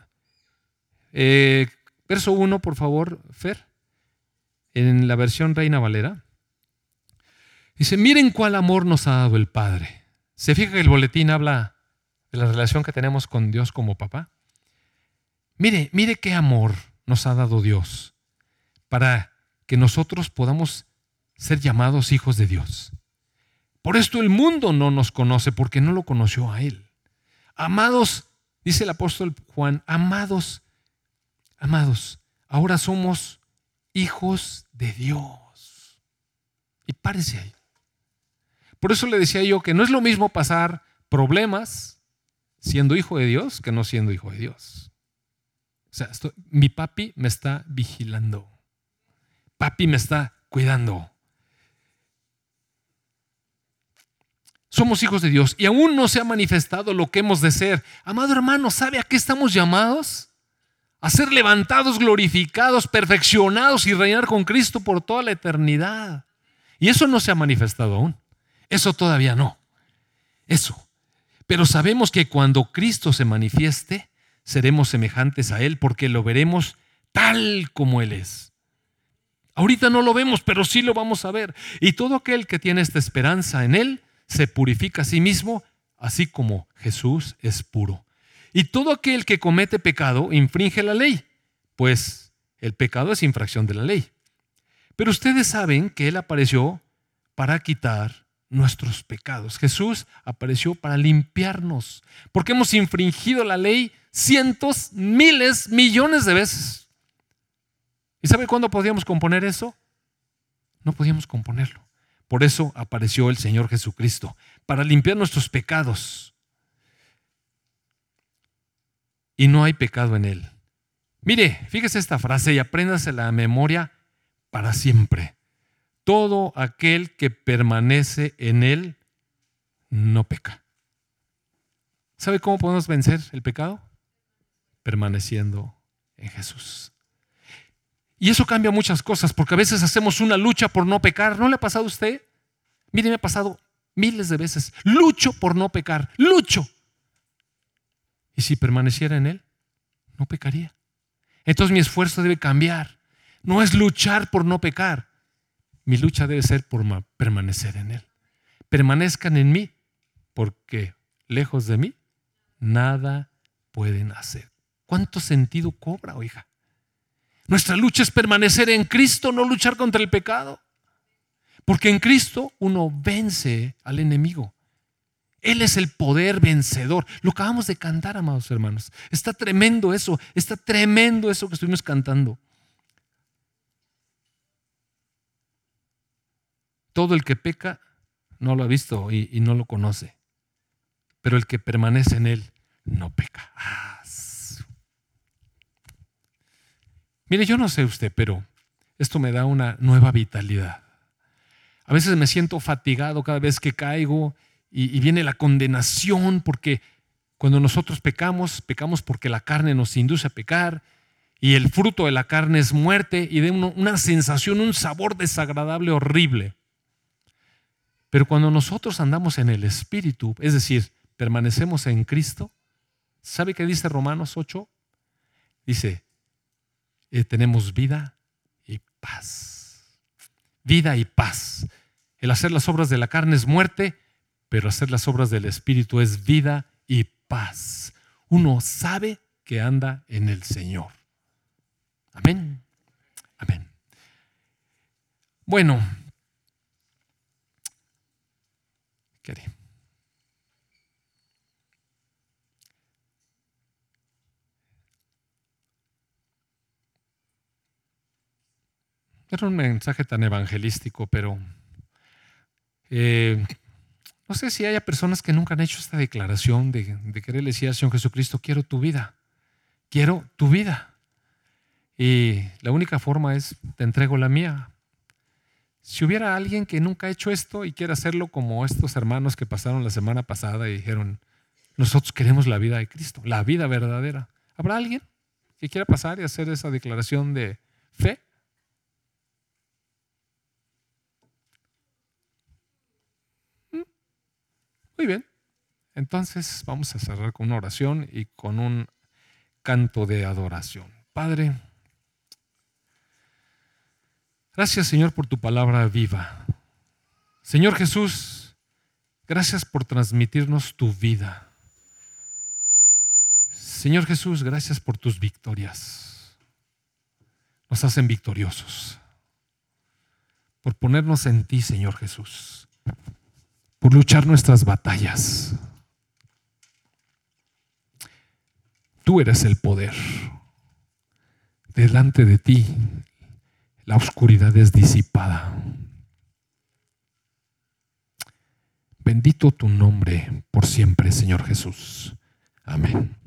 Verso 1, por favor, Fer. En la versión Reina Valera. Dice, miren cuál amor nos ha dado el Padre. ¿Se fija que el boletín habla de la relación que tenemos con Dios como papá? Mire qué amor nos ha dado Dios para que nosotros podamos ser llamados hijos de Dios. Por esto el mundo no nos conoce, porque no lo conoció a Él. Amados, dice el apóstol Juan, amados, ahora somos hijos de Dios. Y párese ahí. Por eso le decía yo que no es lo mismo pasar problemas siendo hijo de Dios que no siendo hijo de Dios. O sea, mi papi me está vigilando. Papi me está cuidando. Somos hijos de Dios y aún no se ha manifestado lo que hemos de ser. Amado hermano, ¿sabe a qué estamos llamados? A ser levantados, glorificados, perfeccionados y reinar con Cristo por toda la eternidad. Y eso no se ha manifestado aún. Eso todavía no. Eso. Pero sabemos que cuando Cristo se manifieste, seremos semejantes a Él porque lo veremos tal como Él es. Ahorita no lo vemos, pero sí lo vamos a ver. Y todo aquel que tiene esta esperanza en Él se purifica a sí mismo, así como Jesús es puro. Y todo aquel que comete pecado infringe la ley, pues el pecado es infracción de la ley. Pero ustedes saben que Él apareció para quitar nuestros pecados. Jesús apareció para limpiarnos, porque hemos infringido la ley cientos, miles, millones de veces. ¿Y sabe cuándo podíamos componer eso? No podíamos componerlo. Por eso apareció el Señor Jesucristo, para limpiar nuestros pecados. Y no hay pecado en Él. Mire, fíjese esta frase y apréndasela a memoria para siempre. Todo aquel que permanece en Él no peca. ¿Sabe cómo podemos vencer el pecado? Permaneciendo en Jesús. Y eso cambia muchas cosas, porque a veces hacemos una lucha por no pecar. ¿No le ha pasado a usted? Mire, me ha pasado miles de veces. Lucho por no pecar, lucho. Y si permaneciera en Él, no pecaría. Entonces mi esfuerzo debe cambiar. No es luchar por no pecar. Mi lucha debe ser por permanecer en Él. Permanezcan en mí, porque lejos de mí, nada pueden hacer. ¿Cuánto sentido cobra, oiga? Nuestra lucha es permanecer en Cristo, no luchar contra el pecado. Porque en Cristo uno vence al enemigo. Él es el poder vencedor. Lo acabamos de cantar, amados hermanos. Está tremendo eso que estuvimos cantando. Todo el que peca no lo ha visto y no lo conoce. Pero el que permanece en Él no peca. Mire, yo no sé usted, pero esto me da una nueva vitalidad. A veces me siento fatigado cada vez que caigo y viene la condenación, porque cuando nosotros pecamos porque la carne nos induce a pecar y el fruto de la carne es muerte y de una sensación, un sabor desagradable, horrible. Pero cuando nosotros andamos en el Espíritu, es decir, permanecemos en Cristo, ¿sabe qué dice Romanos 8? Dice, tenemos vida y paz. Vida y paz. El hacer las obras de la carne es muerte, pero hacer las obras del Espíritu es vida y paz. Uno sabe que anda en el Señor. Amén. Amén. Bueno, ¿qué haré? Era un mensaje tan evangelístico, pero no sé si haya personas que nunca han hecho esta declaración de querer decir al Señor Jesucristo, quiero tu vida, quiero tu vida. Y la única forma es, te entrego la mía. Si hubiera alguien que nunca ha hecho esto y quiere hacerlo como estos hermanos que pasaron la semana pasada y dijeron, nosotros queremos la vida de Cristo, la vida verdadera. ¿Habrá alguien que quiera pasar y hacer esa declaración de fe? Muy bien. Entonces vamos a cerrar con una oración y con un canto de adoración. Padre, gracias, Señor, por tu palabra viva. Señor Jesús, gracias por transmitirnos tu vida. Señor Jesús, gracias por tus victorias. Nos hacen victoriosos. Por ponernos en ti, Señor Jesús. Por luchar nuestras batallas. Tú eres el poder. Delante de ti, la oscuridad es disipada. Bendito tu nombre por siempre, Señor Jesús. Amén.